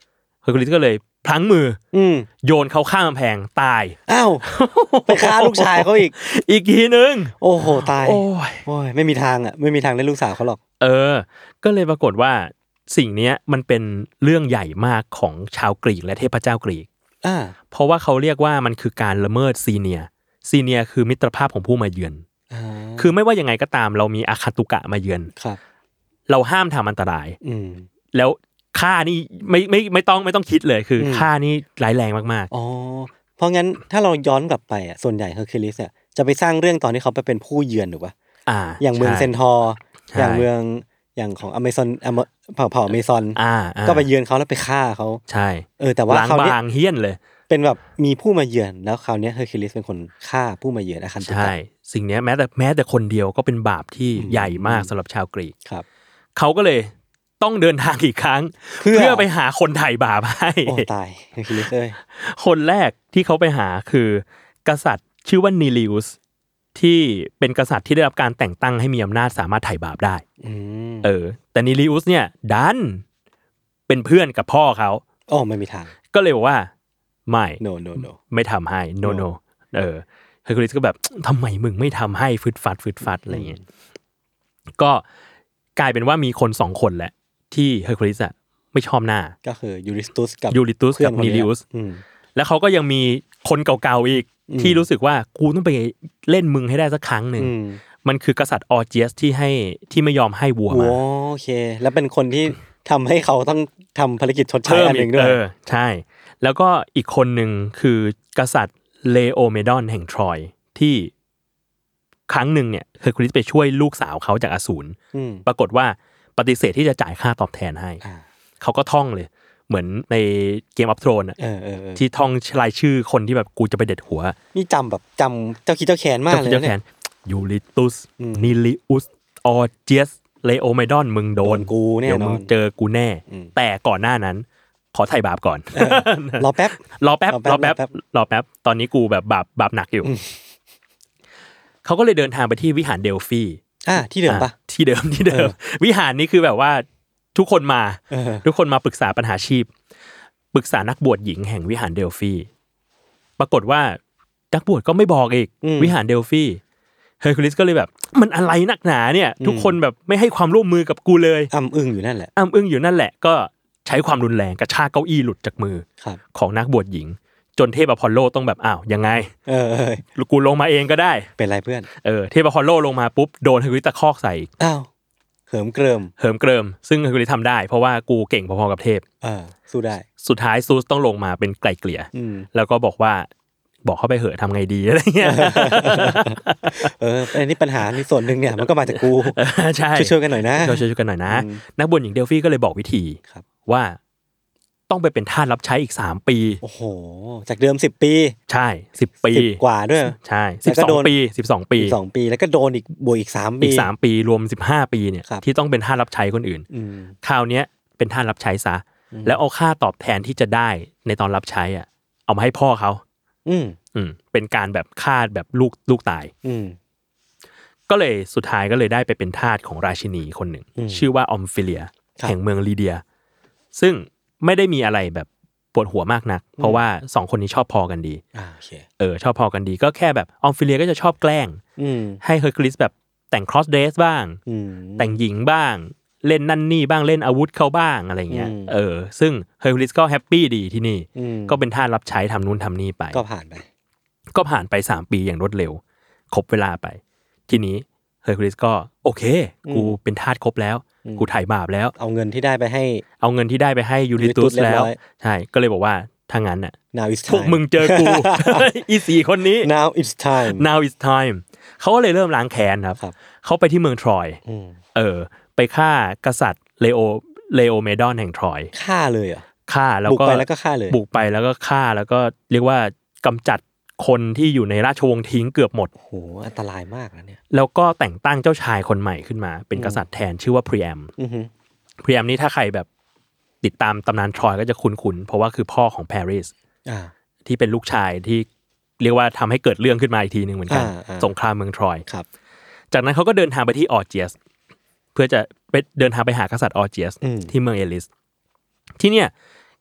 อร์คิวลิสก็เลยพลั้งมือโยนเขาข้ามกำแพงตายอ้าวไปฆ่าลูกชายเขาอีกอีกทีนึงโอ้โหตายโอ้ยโอ้ยไม่มีทางอ่ะไม่มีทางได้ลูกสาวเขาหรอกเออก็เลยปรากฏว่าสิ่งนี้มันเป็นเรื่องใหญ่มากของชาวกรีกและเทพเจ้ากรีกอ่าเพราะว่าเขาเรียกว่ามันคือการละเมิดซีเนียซีเนียคือมิตรภาพของผู้มาเยือนคือไม่ว่ายังไงก็ตามเรามีอาคาตุกะมาเยือนเราห้ามทำอันตรายแล้วฆ่านี่ไม่ไม่ไม่ต้องไม่ต้องคิดเลยคือฆ่านี่ร้ายแรงมากๆอ๋อเพราะงั้นถ้าเราย้อนกลับไปอ่ะส่วนใหญ่เฮอร์คิวลิสเนี่ยจะไปสร้างเรื่องตอนที่เขาไปเป็นผู้เยือนถูกป่ะอ่าอย่างเมืองเซนทอร์อย่างเมืองอย่างของอเมซอนเผ่าเผ่าอเมซอนก็ไปเยือนเขาแล้วไปฆ่าเขาใช่เออแต่ว่าเขาเนี่ยเฮี้ยนเลยเป็นแบบมีผู้มาเยือนแล้วคราวนี้เฮอร์คิวลิสเป็นคนฆ่าผู้มาเยือนอาคันตุกะใช่สิ่งนี้แม้แต่แม้แต่คนเดียวก็เป็นบาปที่ใหญ่มากสำหรับชาวกรีกครับเขาก็เลยต้องเดินทางอีกครั้งเพื่อไปหาคนไถ่บาปให้โอ้ตายเฮอร์คิวลิสเอ้ยคนแรกที่เขาไปหาคือกษัตริย์ชื่อว่านีลิอุสที่เป็นกษัตริย์ที่ได้รับการแต่งตั้งให้มีอำนาจสามารถไถ่บาปได้เออแต่นีลิอุสเนี่ยดันเป็นเพื่อนกับพ่อเขาอ๋อไม่มีทางก็เลยบอกว่าไม่ no no no ไม่ทำให้ no no เออเฮอร์คิวลิสก็แบบทำไมมึงไม่ทำให้ฟึดฟัดฟึดฟัดอะไรเงี้ยก็กลายเป็นว่ามีคนสองคนแหละที่เฮอร์คิวลิสอะไม่ชอบหน้าก็คือยูริสตุสกับยูริสตุสกับนีลิอุสแล้วเขาก็ยังมีคนเก่าๆอีกที่รู้สึกว่ากูต้องไปเล่นมึงให้ได้สักครั้งหนึ่งมันคือกษัตริย์ออร์เจียสที่ให้ที่ไม่ยอมให้วัวมาโอเคแล้วเป็นคนที่ทำให้เขาต้องทำภารกิจชดใช้อันหนึ่งด้วยเออใช่แล้วก็อีกคนหนึ่งคือกษัตริย์เลโอเมดอนแห่งทรอยที่ครั้งหนึ่งเนี่ยเฮอร์คิวลิสไปช่วยลูกสาวเขาจากอสูรปรากฏว่าปฏิเสธที่จะจ่ายค่าตอบแทนให้เขาก็ท่องเลยเหมือนในเกมออฟโทรนอ่ะที่ท่องรายชื่อคนที่แบบกูจะไปเด็ดหัวนี่จำแบบจำเจ้าคิดเจ้าแคนมากเลยเนี่ยยูริตุสนิลิอุสออร์เจียสเลโอเมดอนมึงโดนกูแน่นอนเดี๋ยวมึงเจอกูแน่แต่ก่อนหน้านั้นขอไถ่บาปก่อนรอแป๊บรอแป๊บรอแป๊บรอแป๊บตอนนี้กูแบบบาปบาปหนักอยู่เขาก็เลยเดินทางไปที่วิหารเดลฟีอ่าที่เดิมปะที่เดิมที่เดิมวิหารนี้คือแบบว่าทุกคนมาทุกคนมาปรึกษาปัญหาชีพปรึกษานักบวชหญิงแห่งวิหารเดลฟีปรากฏว่านักบวชก็ไม่บอกอีกวิหารเดลฟีเฮอร์คิวลิสก็เลยแบบมันอะไรนักหนาเนี่ยทุกคนแบบไม่ให้ความร่วมมือกับกูเลยอ้ำอึ้งอยู่นั่นแหละอ้ำอึ้งอยู่นั่นแหละก็ใช้ความรุนแรงกระชากเก้าอี้หลุดจากมือของนักบวชหญิงจนเทพอพอลโลต้องแบบอ้าวยังไงเออกูลงมาเองก็ได้เป็นไรเพื่อนเออเทพอพอลโลลงมาปุ๊บโดนเฮอร์คิวลิสตะคอกใส่อ้าวเหิมเกริมเหิมเกริมซึ่งเฮอร์คิวลิสทำได้เพราะว่ากูเก่งพอๆกับเทพเออสู้ได้สุดท้ายซูสต้องลงมาเป็นไกลเกลี่ยแล้วก็บอกว่าบอกเข้าไปเหอะทำไงดีอะไรเงี้ยเอออันนี้ปัญหาในส่วนหนึ่งเนี่ยมันก็มาจากกูใช่ช่วยๆกันหน่อยนะช่วยๆกันหน่อยนะนักบวชหญิงเดลฟีก็เลยบอกวิธีว่าต้องไปเป็นทาสรับใช้อีกสามปีโอ้โหจากเดิมสิบปีใช่สิบปีกว่าด้วยใช่สิบสองปีสิบสองปีสิบสองปีแล้วก็โดนอีกบวกอีกสามปีอีกสามปีรวมสิบห้าปีเนี่ยที่ต้องเป็นทาสรับใช้คนอื่นคราวเนี้ยเป็นทาสรับใช้ซะแล้วเอาค่าตอบแทนที่จะได้ในตอนรับใช้อ่ะเอามาให้พ่อเขาอืมอืมเป็นการแบบฆ่าแบบลูกลูกตายอืมก็เลยสุดท้ายก็เลยได้ไปเป็นทาสของราชินีคนหนึ่งชื่อว่าออมฟิเลียแห่งเมืองลีเดียซึ่งไม่ได้มีอะไรแบบปวดหัวมากนักเพราะว่าสองคนนี้ชอบพอกันดีอ่าโอเคเออชอบพอกันดีก็แค่แบบออมฟิเลียก็จะชอบแกล้งให้เฮอร์คิวลิสแบบแต่งครอสเดรสบ้างแต่งหญิงบ้างเล่นนั่นนี่บ้างเล่นอาวุธเขาบ้างอะไรเงี้ยเออซึ่งเฮอร์คิวลิสก็แฮปปี้ดีที่นี่ก็เป็นทาสรับใช้ทำนู่นทำนี่ไปก็ผ่านไปก็ผ่านไปสามปีอย่างรวดเร็วครบเวลาไปทีนี้เฮอร์คิวลิสก็โอเคกูเป็นทาสครบแล้วกูไถ่บาปแล้วเอาเงินที่ได้ไปให้เอาเงินที่ได้ไปให้ยูริตุสแล้วใช่ก็เลยบอกว่าถ้างั้นน่ะ now it's time พวกมึงเจอกู อีสี่คนนี้ now it's time now it's time เขาก็เลยเริ่มล้างแค้นครับเขาไปที่เมืองทรอยเออไปฆ่ากษัตริย์เลโอเลโอเมดอนแห่งทรอยฆ่าเลยอ่ะฆ่าแล้วก็บุกไปแล้วก็ฆ่าเลยบุกไปแล้วก็ฆ่าแล้วก็เรียกว่ากำจัดคนที่อยู่ในราชวงศ์ทิ้งเกือบหมดโหอันตรายมากนะเนี่ยแล้วก็แต่งตั้งเจ้าชายคนใหม่ขึ้นมาเป็นกษัตริย์แทนชื่อว่าพรีแอมพรีแอมนี่ถ้าใครแบบติดตามตำนานทรอยก็จะคุ้นๆเพราะว่าคือพ่อของปารีสที่เป็นลูกชายที่เรียกว่าทำให้เกิดเรื่องขึ้นมาอีกทีนึงเหมือนกันสงครามเมืองทรอยจากนั้นเขาก็เดินทางไปที่ออร์เจียสเพื่อจะไปเดินทางไปหากษัตริย์ออร์เจียสที่เมืองเอลิสที่เนี่ย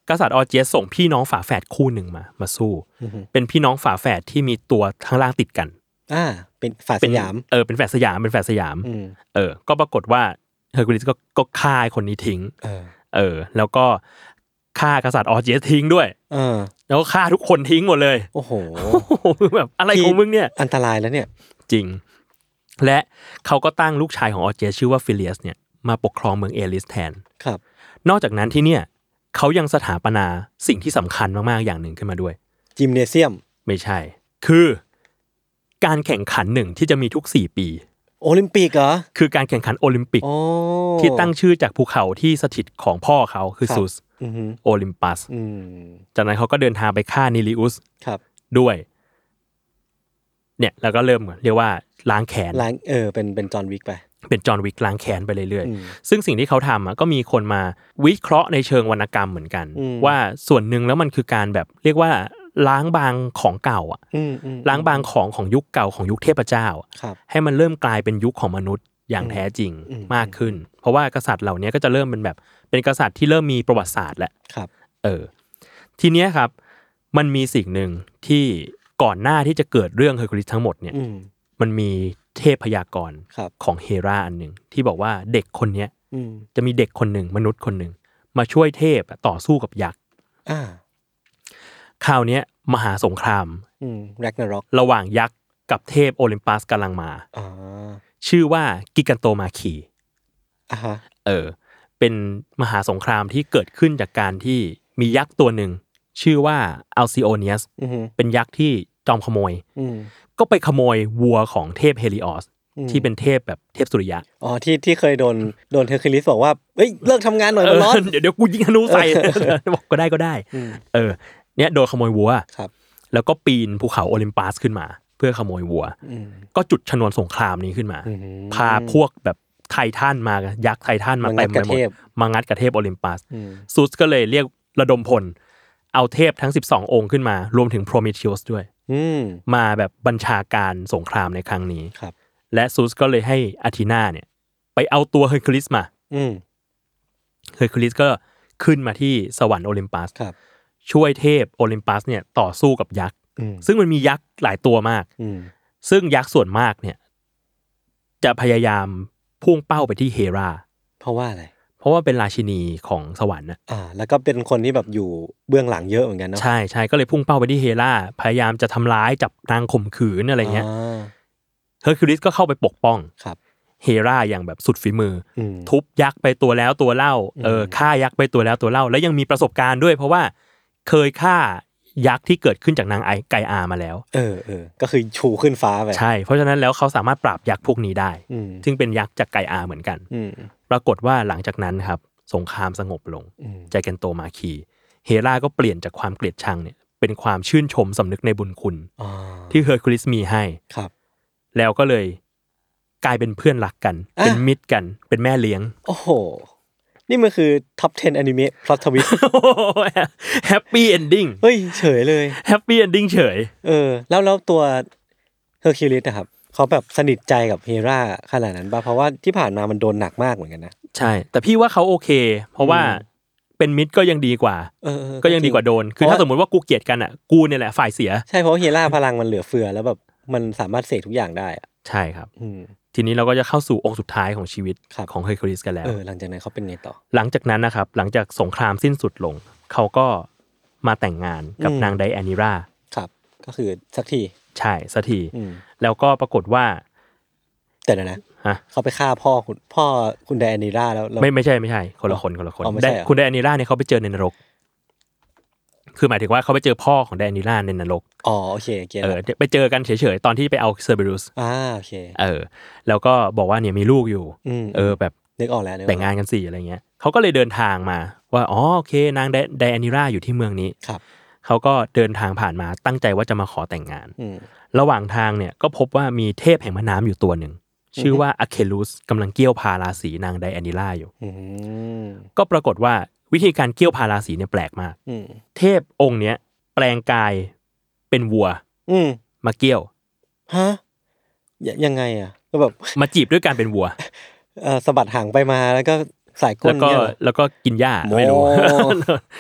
กษัตริย์ออร์เจียสส่งพี่น้องฝาแฝดคู่หนึ่งมามาสู้เป็นพี่น้องฝาแฝดที่มีตัวข้างล่างติดกันอ่าเป็นฝาสยามเออเป็นแฝดสยามเป็นแฝดสยามเออก็ปรากฏว่าเฮอร์คิวลิสก็ก็ฆ่าคนนี้ทิ้งเออเออแล้วก็ฆ่ากษัตริย์ออร์เจียสทิ้งด้วยเออแล้วก็ฆ่าทุกคนทิ้งหมดเลยโอ้โหแบบอะไรของมึงเนี่ยอันตรายแล้วเนี่ยจริงและเขาก็ตั้งลูกชายของออร์เจียสชื่อว่าฟิเลียสเนี่ยมาปกครองเมืองเอลิสแทนครับนอกจากนั้นที่เนี่ยเขายังสถาปนาสิ่งที่สำคัญมากๆอย่างหนึ่งขึ้นมาด้วยยิมเนเซียมไม่ใช่คือการแข่งขันหนึ่งที่จะมีทุกสี่ปีโอลิมปิกเหรอคือการแข่งขันโอลิมปิกที่ตั้งชื่อจากภูเขาที่สถิตของพ่อเขาคือซูสโอลิมปัสจากนั้นเขาก็เดินทางไปฆ่านิลิอุสด้วยเนี่ยแล้วก็เริ่มเรียกว่าล้างแค้นล้างเออเป็นเป็นจอห์นวิกไปเป็นจอห์นวิกล้างแค้นไปเรื่อยๆซึ่งสิ่งที่เขาทำอ่ะก็มีคนมาวิเคราะห์ในเชิงวรรณกรรมเหมือนกันว่าส่วนหนึ่งแล้วมันคือการแบบเรียกว่าล้างบางของเก่าอ่ะล้างบางของของยุคเก่าของยุคเทพเจ้าให้มันเริ่มกลายเป็นยุคของมนุษย์อย่างแท้จริงมากขึ้นเพราะว่ากษัตริย์เหล่านี้ก็จะเริ่มเป็นแบบเป็นกษัตริย์ที่เริ่มมีประวัติศาสตร์แล้วเออทีเนี้ยครับมันมีสิ่งหนึ่งที่ก่อนหน้าที่จะเกิดเรื่องเฮอร์คิวลิสทั้งหมดเนี่ยมันมีเทพพยากรณ์ของเฮราอันหนึ่งที่บอกว่าเด็กคนนี้จะมีเด็กคนหนึ่งมนุษย์คนหนึ่งมาช่วยเทพต่อสู้กับยักษ์คราวนี้มหาสงครามระหว่างยักษ์กับเทพโอลิมปัสกำลังมาชื่อว่ากิกันโตมาคีเออเป็นมหาสงครามที่เกิดขึ้นจากการที่มียักษ์ตัวหนึ่งชื่อว่าอัลซิโอเนียสเป็นยักษ์ที่จอมขโมยก็ไปขโมยวัวของเทพเฮลิออสที่เป็นเทพแบบเทพสุริยะอ๋อที่ที่เคยโดนโดนเฮอร์คิวลิสบอกว่าเฮ้ยเลิกทำงานหน่อยมันร้อนเดี๋ยวเดี๋ยวกูยิงธนูใส่บอกก็ได้ก็ได้เออเนี่ยโดนขโมยวัวแล้วก็ปีนภูเขาโอลิมปัสขึ้นมาเพื่อขโมยวัวก็จุดชนวนสงครามนี้ขึ้นมาพาพวกแบบไททันมายักษ์ไททันมาเต็มไปหมดมางัดกับเทพโอลิมปัสซูสก็เลยเรียกระดมพลเอาเทพทั้งสิบสององค์ขึ้นมารวมถึงโพรเมเธียัสด้วยมาแบบบัญชาการสงครามในครั้งนี้และซูสก็เลยให้อาธีนาเนี่ยไปเอาตัวเฮอร์คิวลิสมาเฮอร์คิวลิสก็ขึ้นมาที่สวรรค์โอลิมปัสช่วยเทพโอลิมปัสเนี่ยต่อสู้กับยักษ์ซึ่งมันมียักษ์หลายตัวมากซึ่งยักษ์ส่วนมากเนี่ยจะพยายามพุ่งเป้าไปที่เฮราเพราะว่าอะไรเพราะว่าเป็นราชินีของสวรรค์นะอ่าแล้วก็เป็นคนที่แบบอยู่เบื้องหลังเยอะเหมือนกันเนาะใช่ใช่ก็เลยพุ่งเป้าไปที่เฮราพยายามจะทำร้ายจับนางข่มขืนอะไรเงี้ยเฮอร์คิวลิสก็เข้าไปปกป้องเฮราอย่างแบบสุดฝีมือทุบยักษ์ไปตัวแล้วตัวเล่าเออฆ่ายักษ์ไปตัวแล้วตัวเล่าแล้วยังมีประสบการณ์ด้วยเพราะว่าเคยฆ่ายักษ์ที่เกิดขึ้นจากนางไอไกอามาแล้วเออเออก็คือชูขึ้นฟ้าไปใช่เพราะฉะนั้นแล้วเขาสามารถปราบยักษ์พวกนี้ได้ซึ่งเป็นยักษ์จากไกอาเหมือนกันปรากฏว่าหลังจากนั้นครับสงครามสงบลงใจแกนโตมาคีเฮราก็เปลี่ยนจากความเกลียดชังเนี่ยเป็นความชื่นชมสำนึกในบุญคุณที่เฮอร์คิวลิสมีให้แล้วก็เลยกลายเป็นเพื่อนรักกันเป็นมิตรกันเป็นแม่เลี้ยงโอ้โหนี่มันคือท็อปสิบอนิเมะพล็อตทวิสต์แฮปปี้เอนดิ้งเฮ้ยเฉยเลยแฮปปี้เอนดิ้งเฉยเออแล้วแล้วตัวเฮอร์คิวลิสนะครับเขาแบบสนิทใจกับเฮราขนาดนั้นป่ะเพราะว่าที่ผ่านมามันโดนหนักมากเหมือนกันนะใช่แต่พี่ว่าเขาโอเคเพราะว่าเป็นมิตรก็ยังดีกว่าเออก็ยังดีกว่าโดนคือถ้าสมมติว่ากูเกลียดกันอ่ะกูเนี่ยแหละฝ่ายเสียใช่เพราะเฮราพลังมันเหลือเฟือแล้วแบบมันสามารถเสกทุกอย่างได้อ่ะใช่ครับทีนี้เราก็จะเข้าสู่องค์สุดท้ายของชีวิตของเฮอร์คิวลิสกันแล้วเออหลังจากนั้นเขาเป็นไงต่อหลังจากนั้นนะครับหลังจากสงครามสิ้นสุดลงเขาก็มาแต่งงานกับนางไดแอนิราครับก็คือสักทีใช่สักทีแล้วก็ปรากฏว่าแต่นะนะเขาไปฆ่าพ่อคุณพ่อคุณไดแอนิราแล้วไม่ไม่ใช่ไม่ใช่คนละคนคนละคนคุณไดแอนิราเนี่ยเขาไปเจอในนรกคือหมายถึงว่าเขาไปเจอพ่อของไดแอนิราในนรกอ๋อโอเคเออไปเจอกันเฉยๆตอนที่ไปเอาเซอร์เบรุสอ่าโอเคเออแล้วก็บอกว่าเนี่ยมีลูกอยู่เออแบบนึกออกแล้วแต่งงานกันสิอะไรเงี้ยเขาก็เลยเดินทางมาว่าอ๋อโอเคนางไดแอนิราอยู่ที่เมืองนี้ครับเขาก็เดินทางผ่านมาตั้งใจว่าจะมาขอแต่งงานระหว่างทางเนี่ยก็พบว่ามีเทพแห่งแม่น้ำอยู่ตัวหนึ่งชื่อว่าอะเคลูสกำลังเกี่ยวพาราสีนางไดแอนิราอยู่ก็ปรากฏว่าวิธีการเกี่ยวพาราสีเนี่ยแปลกมากเทพองค์เนี้ยแปลงกายเป็นวัวมาเกี่ยวฮะยังไงอ่ะก็แบบมาจีบด้วยการเป็นวัวเออสะบัดหางไปมาแล้วก็ใส่ก้นแล้วก็แล้วก็กินหญ้าไม่รู้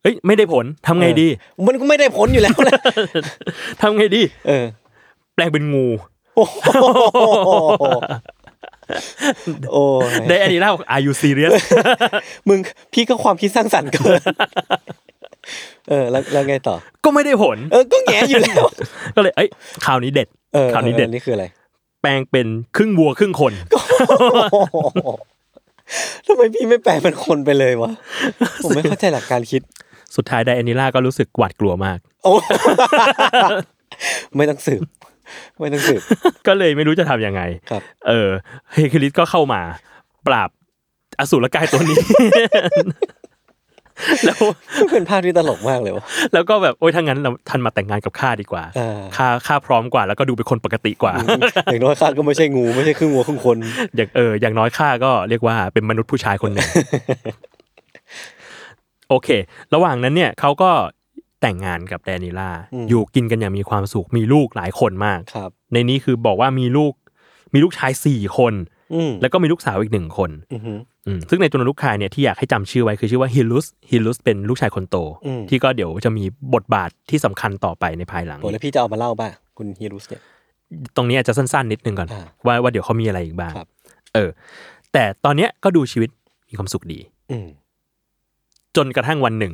เอ้ยไม่ได้ผลทำไงดีมันก็ไม่ได้ผลอยู่แล้วแหละทำไงดีเออแปลงเป็นงูโอ้ได้อันนี้แล้ว Are you serious มึงพี่ก็ความคิดสร้างสรรค์เกินเออแล้วแล้วไงต่อก็ไม่ได้ผลเออก็แง่อยู่แล้วก็เลยเอ้ยข่าวนี้เด็ดข่าวนี้เด็ดนี่คืออะไรแปลงเป็นครึ่งวัวครึ่งคนทำไมพี่ไม่แปลงเป็นคนไปเลยวะผมไม่เข้าใจหลักการคิดสุดท้ายไดอานิล่าก็รู้สึกหวาดกลัวมากโอ้ไม่ต้องสืบไม่ต้องสืบก็เลยไม่รู้จะทำยังไงเออเฮคิลิสก็เข้ามาปราบอสูรกายตัวนี้แล้วเป็นภาพที่ตลกมากเลยวะแล้วก็แบบโอ๊ยถ้างั้นเราทันมาแต่งงานกับข้าดีกว่าข้าข้าพร้อมกว่าแล้วก็ดูเป็นคนปกติกว่าอย่างน้อยข้าก็ไม่ใช่งูไม่ใช่ครึ่งวัวครึ่งคนอย่างเอออย่างน้อยข้าก็เรียกว่าเป็นมนุษย์ผู้ชายคนหนึ่งโอเคระหว่างนั้นเนี่ยเขาก็แต่งงานกับแดนิล่าอยู่กินกันอย่างมีความสุขมีลูกหลายคนมากในนี้คือบอกว่ามีลูกมีลูกชายสี่คนแล้วก็มีลูกสาวอีกหนึ่งคนซึ่งในตัวลูกชายเนี่ยที่อยากให้จำชื่อไว้คือชื่อว่าฮิลุสฮิลุสเป็นลูกชายคนโตที่ก็เดี๋ยวจะมีบทบาทที่สำคัญต่อไปในภายหลังโอ้แล้วพี่จะเอามาเล่าบ้างคุณฮิลุสเนี่ยตรงนี้อาจจะสั้นๆนิดนึงก่อนว่าว่าเดี๋ยวเขามีอะไรอีกบ้างเออแต่ตอนเนี้ยก็ดูชีวิตมีความสุขดีจนกระทั่งวันหนึ่ง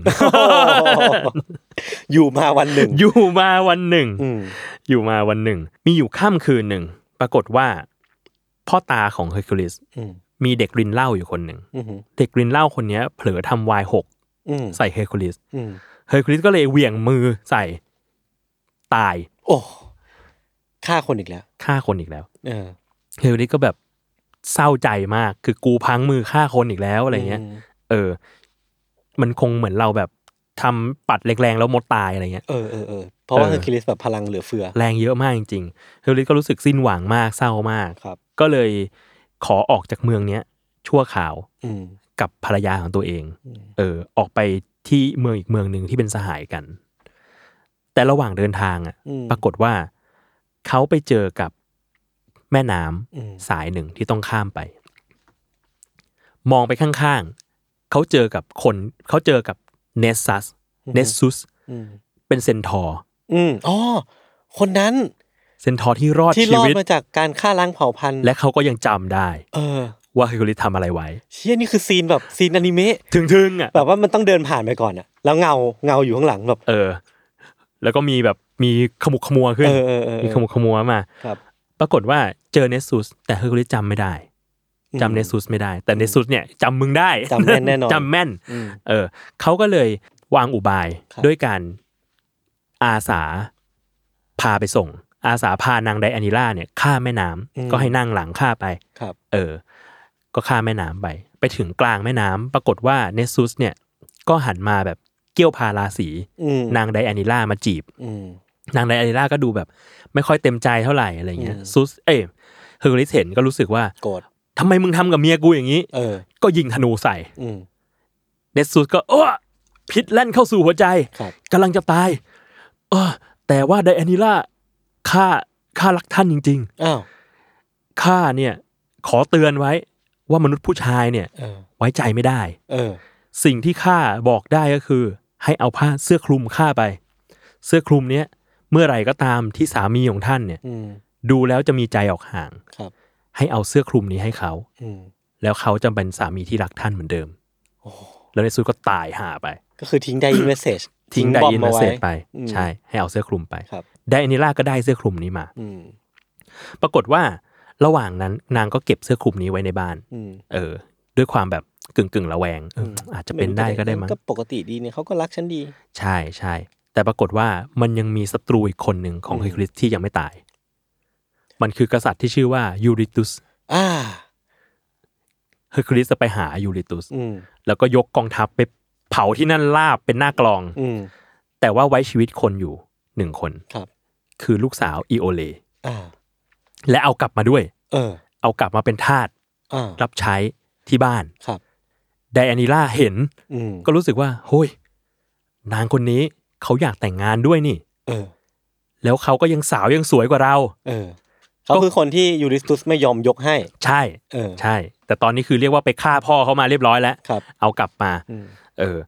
อยู่มาวันหนึ่งอยู่มาวันหนึ่งอยู่มาวันหนึ่งมีอยู่ค่ำคืนหนึ่งปรากฏว่าพ่อตาของเฮอร์คิวลิสมีเด็กรินเหล้าอยู่คนหนึ่งเด็กรินเหล้าคนนี้เผลอทำไวน์หกใส่เฮอร์คิวลิสเฮอร์คิวลิสก็เลยเหวี่ยงมือใส่ตายโอ้ฆ่าคนอีกแล้วฆ่าคนอีกแล้วเฮอร์คิวลิสก็แบบเศร้าใจมากคือกูพังมือฆ่าคนอีกแล้วอะไรเงี้ยเออมันคงเหมือนเราแบบทำปัดแรงๆแล้วมดตายอะไรเงี้ยเออเออเออเพราะว่าเฮอร์คิวลิสแบบพลังเหลือเฟือแรงเยอะมากจริงๆเฮอร์คิวลิสก็รู้สึกสิ้นหวังมากเศร้ามากก็เลยขอออกจากเมืองเนี้ยชั่วคราวกับภรรยาของตัวเองเออออกไปที่เมืองอีกเมืองหนึ่งที่เป็นสหายกันแต่ระหว่างเดินทางอ่ะปรากฏว่าเขาไปเจอกับแม่น้ำสายหนึ่งที่ต้องข้ามไปมองไปข้างๆเขาเจอกับคนเขาเจอกับเนสซัสเนสซุสเป็นเซนทอร์อ๋อคนนั้นเซนทอร์ที่รอดชีวิตที่รอดมาจากการฆ่าล้างเผ่าพันธุ์และเขาก็ยังจำได้เออว่าเฮอร์คิวลิสทำอะไรไว้เชี่ยนี่คือซีนแบบซีนอนิเมะถึงๆอ่ะแบบว่ามันต้องเดินผ่านไปก่อนอ่ะแล้วเงาเงาอยู่ข้างหลังแบบเออแล้วก็มีแบบมีขมุกขมัวขึ้นมีขมุกขมัวมาปรากฏว่าเจอเนสซุสแต่เฮอร์คิวลิสจำไม่ได้จำเนสซุสไม่ได้แต่เนสซุสเนี่ยจำมึงได้จำแม่นแน่นอนจำแม่นเออเขาก็เลยวางอุบายด้วยการอาสาพาไปส่งอาสาพานางไดอานิล่าเนี่ยข้ามแม่น้ำก็ให้นั่งหลังข้าไปเออก็ข้ามแม่น้ำไปไปถึงกลางแม่น้ำปรากฏว่าเนสซุสเนี่ยก็หันมาแบบเกี้ยวพาราสีนางไดอานิล่ามาจีบนางไดอานิล่าก็ดูแบบไม่ค่อยเต็มใจเท่าไหร่อะไรเงี้ยซุสเอ้เฮอร์คิวลิสเห็นก็รู้สึกว่าโกรธทำไมมึงทำกับเมียกูอย่างนี้ก็ยิงธนูใส่เนสซุสก็เออพิษแล่นเข้าสู่หัวใจกำลังจะตายเออแต่ว่าไดอานิล่าข้าข้ารักท่านจริงๆอ้าวข้าเนี่ยขอเตือนไว้ว่ามนุษย์ผู้ชายเนี่ยไว้ใจไม่ได้เออสิ่งที่ข้าบอกได้ก็คือให้เอาผ้าเสื้อคลุมข้าไปเสื้อคลุมเนี้ยเมื่อไหร่ก็ตามที่สามีของท่านเนี่ยดูแล้วจะมีใจออกห่างให้เอาเสื้อคลุมนี้ให้เขาแล้วเขาจะเป็นสามีที่รักท่านเหมือนเดิมแล้วในสุดก็ตายห่าไปก็คือทิ้งได้ยินเมสเซจทิ้งได้ยินเมสเซจไปใช่ให้เอาเสื้อคลุมไปได้อานิล่าก็ได้เสื้อคลุมนี้มาปรากฏว่าระหว่างนั้นนางก็เก็บเสื้อคลุมนี้ไว้ในบ้านเออด้วยความแบบกึ่งกึ่งระแวงอาจจะเป็นได้ก็ได้มั้งก็ปกติดีเนี่ยเขาก็รักฉันดีใช่ใช่แต่ปรากฏว่ามันยังมีศัตรูอีกคนหนึ่งของเฮอร์คิวลิสที่ยังไม่ตายมันคือกษัตริย์ที่ชื่อว่ายูริตุสอ่าเฮอร์คิวลิสจะไปหายูริตุสแล้วก็ยกกองทัพไปเผาที่นั่นลาบเป็นหน้ากลองแต่ว่าไว้ชีวิตคนอยู่หนึ่งคนครับคือลูกสาวอีโอเลและเอากลับมาด้วยเออเอากลับมาเป็นทาสรับใช้ที่บ้านครับไดอานิล่าเห็นก็รู้สึกว่าโฮ้ยนางคนนี้เขาอยากแต่งงานด้วยนี่เออแล้วเขาก็ยังสาวยังสวยกว่าเราเออเขาคือคนที่ยูริสตุสไม่ยอมยกให้ใช่เออใช่แต่ตอนนี้คือเรียกว่าไปฆ่าพ่อเขามาเรียบร้อยแล้วเอากลับมาเออ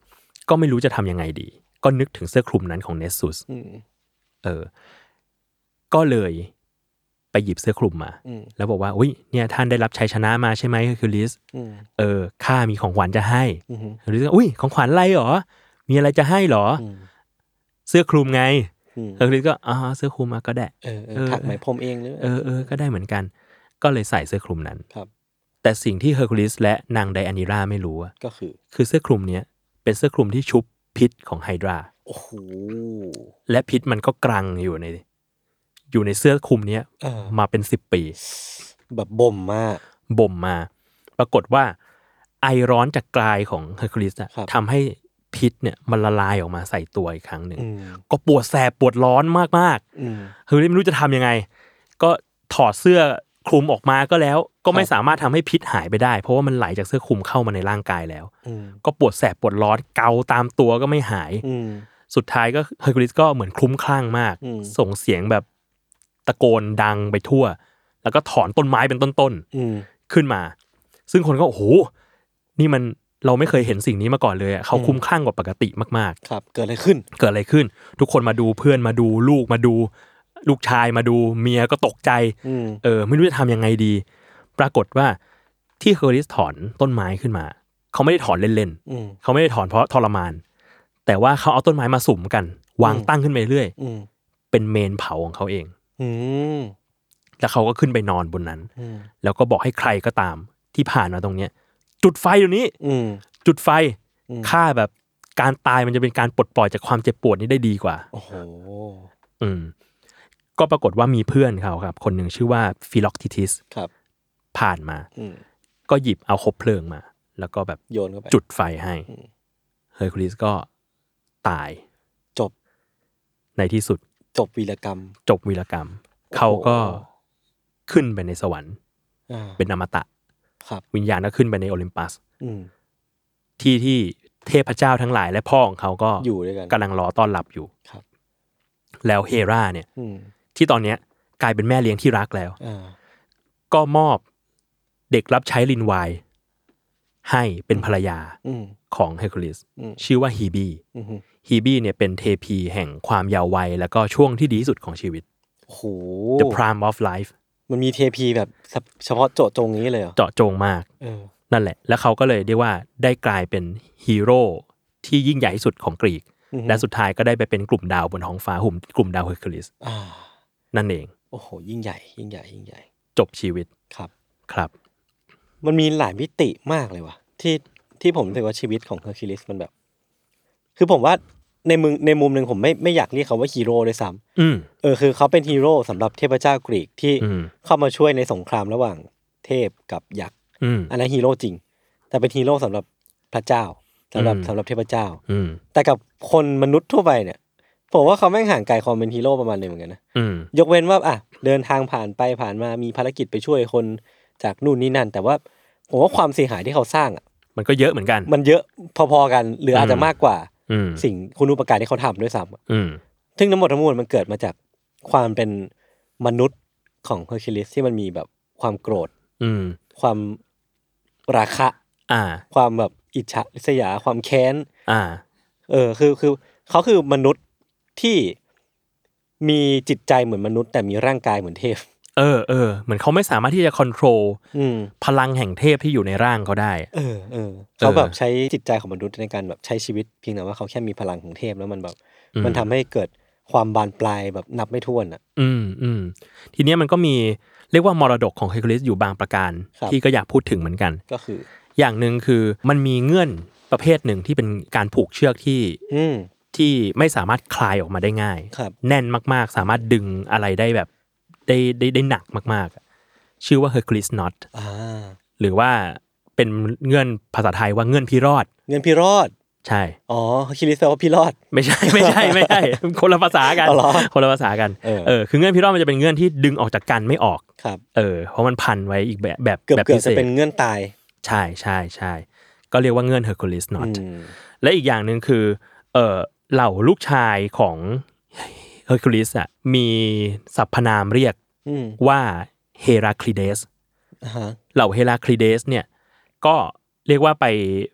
ก็ไม่รู้จะทำยังไงดีก็นึกถึงเสื้อคลุมนั้นของเนสซุสเออก็เลยไปหยิบเสื้อคลุมมาแล้วบอกว่าอุ้ยเนี่ยท่านได้รับชัยชนะมาใช่ไหมเฮอร์คิวลิสเออข้ามีของขวัญจะให้เฮอร์คิวลิสอุ้ยของขวัญอะไรหรอมีอะไรจะให้หรอเสื้อคลุมไงเฮอร์คิวลิสก็อ๋อเสื้อคลุมมาก็ได้เออถักไหมพรมเองหรือเออเออก็ได้เหมือนกันก็เลยใส่เสื้อคลุมนั้นแต่สิ่งที่เฮอร์คิวลิสและนางไดอานิราไม่รู้ก็คือคือเสื้อคลุมเนี้ยเป็นเสื้อคลุมที่ชุบพิษของไฮดราโอ้โหและพิษมันก็กรังอยู่ในอยู่ในเสื้อคลุมเนี้ยมาเป็นสิบปีแบบบ่มมากบ่มมาปรากฏว่าไอร้อนจากกลายของเฮอร์คิวลิสอะทำให้พิษเนี่ยมันละลายออกมาใส่ตัวอีกครั้งหนึ่งก็ปวดแสบปวดร้อนมากๆเฮอร์คิวลิสไม่รู้จะทำยังไงก็ถอดเสื้อคลุมออกมาก็แล้วก็ไม่สามารถทำให้พิษหายไปได้เพราะว่ามันไหลจากเสื้อคลุมเข้ามาในร่างกายแล้วก็ปวดแสบปวดร้อนเกาตามตัวก็ไม่หายสุดท้ายก็เฮอร์คิวลิสก็เหมือนคลุ้มคลั่งมากส่งเสียงแบบตะโกนดังไปทั่วแล้วก็ถอนต้นไม้เป็นต้นๆขึ้นมาซึ่งคนก็โอ้โหนี่มันเราไม่เคยเห็นสิ่งนี้มาก่อนเลยเขาคลุ้มคลั่งกว่าปกติมากๆครับเกิดอะไรขึ้นเกิดอะไรขึ้นทุกคนมาดูเพื่อนมาดูลูกมาดูลูกชายมาดูเมียก็ตกใจเออไม่รู้จะทำยังไงดีปรากฏว่าที่เฮอร์คิวลิสถอนต้นไม้ขึ้นมาเขาไม่ได้ถอนเล่นๆเขาไม่ได้ถอนเพราะทรมานแต่ว่าเขาเอาต้นไม้มาสุมกันวางตั้งขึ้นไปเรื่อยเป็นเมนเผาของเขาเองแล้วเขาก็ขึ้นไปนอนบนนั้นแล้วก็บอกให้ใครก็ตามที่ผ่านมาตรงเนี้ยจุดไฟเดี๋ยวนี้จุดไฟฆ่าแบบการตายมันจะเป็นการปลดปล่อยจากความเจ็บปวดนี้ได้ดีกว่าโอ้โหอืมก็ปรากฏว่ามีเพื่อนเขาครับคนหนึ่งชื่อว่าฟิล็อกทิทิสผ่านมาก็หยิบเอาคบเพลิงมาแล้วก็แบบโยนเข้าไปจุดไฟให้เฮอร์คิวลิสก็ตายจบในที่สุดจบวีรกรรมจบวีรกรรมเขาก็ขึ้นไปในสวรรค์เป็นอมตะวิญญาณก็ขึ้นไปในโอลิมปัสที่ที่เทพเจ้าทั้งหลายและพ่อของเขาก็อยู่ด้วยกันกำลังรอต้อนรับอยู่แล้วเฮราเนี่ยที่ตอนนี้กลายเป็นแม่เลี้ยงที่รักแล้วก็มอบเด็กรับใช้ลินวายให้เป็นภรรยาของเฮอร์คิวลิสชื่อว่าฮีบีฮีบีเนี่ยเป็นเทพีแห่งความเยาว์วัยแล้วก็ช่วงที่ดีที่สุดของชีวิตโอ้โห The Prime of Life มันมีเทพีแบบเฉพาะเจาะจงนี้เลยเหรอเจาะจงมากนั่นแหละแล้วเขาก็เลยได้ว่าได้กลายเป็นฮีโร่ที่ยิ่งใหญ่ที่สุดของกรีกและสุดท้ายก็ได้ไปเป็นกลุ่มดาวบนท้องฟ้าหุ่มกลุ่มดาวเฮอร์คิวลิสนั่นเองโอ้โหยิ่งใหญ่ยิ่งใหญ่ยิ่งใหญ่จบชีวิตครับครับมันมีหลายมิติมากเลยว่ะที่ที่ผมรู้สึกว่าชีวิตของเฮอร์คิวลิสมันแบบคือผมว่าในมุมในมุมนึงผมไม่ไม่อยากเรียกเขาว่าฮีโร่ด้วยซ้ำเออคือเขาเป็นฮีโร่สำหรับเทพเจ้ากรีกที่เข้ามาช่วยในสงครามระหว่างเทพกับยักษ์อันนั้นฮีโร่จริงแต่เป็นฮีโร่สำหรับพระเจ้าสำหรับสำหรับเทพเจ้าแต่กับคนมนุษย์ทั่วไปเนี่ยผมว่าเขาแม่งห่างไกลความเป็นฮีโร่ประมาณนึงเหมือนกันนะยกเว้นว่าอ่ะเดินทางผ่านไปผ่านมามีภารกิจไปช่วยคนจากนู่นนี่นั่นแต่ว่าผมว่าความเสียหายที่เขาสร้างอ่ะมันก็เยอะเหมือนกันมันเยอะพอๆกันหรืออาจจะมากกว่าสิ่งคุณูปการที่เขาทำด้วยซ้ำซึ่งทั้งหมดทั้งมวลมันเกิดมาจากความเป็นมนุษย์ของเฮอร์คิวลิสที่มันมีแบบความโกรธความราคะความแบบอิจฉาริษยาความแค้นเออคือคือเขาคือมนุษย์ที่มีจิตใจเหมือนมนุษย์แต่มีร่างกายเหมือนเทพเออเออเหมือนเขาไม่สามารถที่จะควบคุมพลังแห่งเทพที่อยู่ในร่างเขาได้เออเออเขาแบบใช้จิตใจของมนุษย์ในการแบบใช้ชีวิตเพียงแต่ว่าเขาแค่มีพลังของเทพแล้วมันแบบมันทำให้เกิดความบานปลายแบบนับไม่ถ้วนอ่ะอืมอืมทีเนี้ยมันก็มีเรียกว่ามรดกของเฮอร์คิวลิสอยู่บางประการที่ก็อยากพูดถึงเหมือนกันก็คืออย่างนึงคือมันมีเงื่อนประเภทหนึ่งที่เป็นการผูกเชือกที่ที่ไม่สามารถคลายออกมาได้ง่ายแน่นมากๆสามารถดึงอะไรได้แบบได้ได้ได้หนักมากๆชื่อว่า Hercules Knot หรือว่าเป็นเงื่อนภาษาไทยว่าเงื่อนพิรอดเงื่อนพิรอดใช่อ๋อ Hercules แปลว่าพิรอดไม่ใช่ไม่ใช่ไม่ใช่คนละภาษากันคนละภาษากันเออคือเงื่อนพิรอดมันจะเป็นเงื่อนที่ดึงออกจากกันไม่ออกครับเออเพราะมันพันไว้อีกแบบแบบแบบพิเศษจะเป็นเงื่อนตายใช่ใช่ใช่ก็เรียกว่าเงื่อน Hercules Knot และอีกอย่างนึงคือเออเหล่าลูกชายของเฮอร์คิวลิสอ่ะมีสรรพนามเรียกว่าเฮราคลิเดสเหล่าเฮราคลิเดสเนี่ยก็เรียกว่าไปไป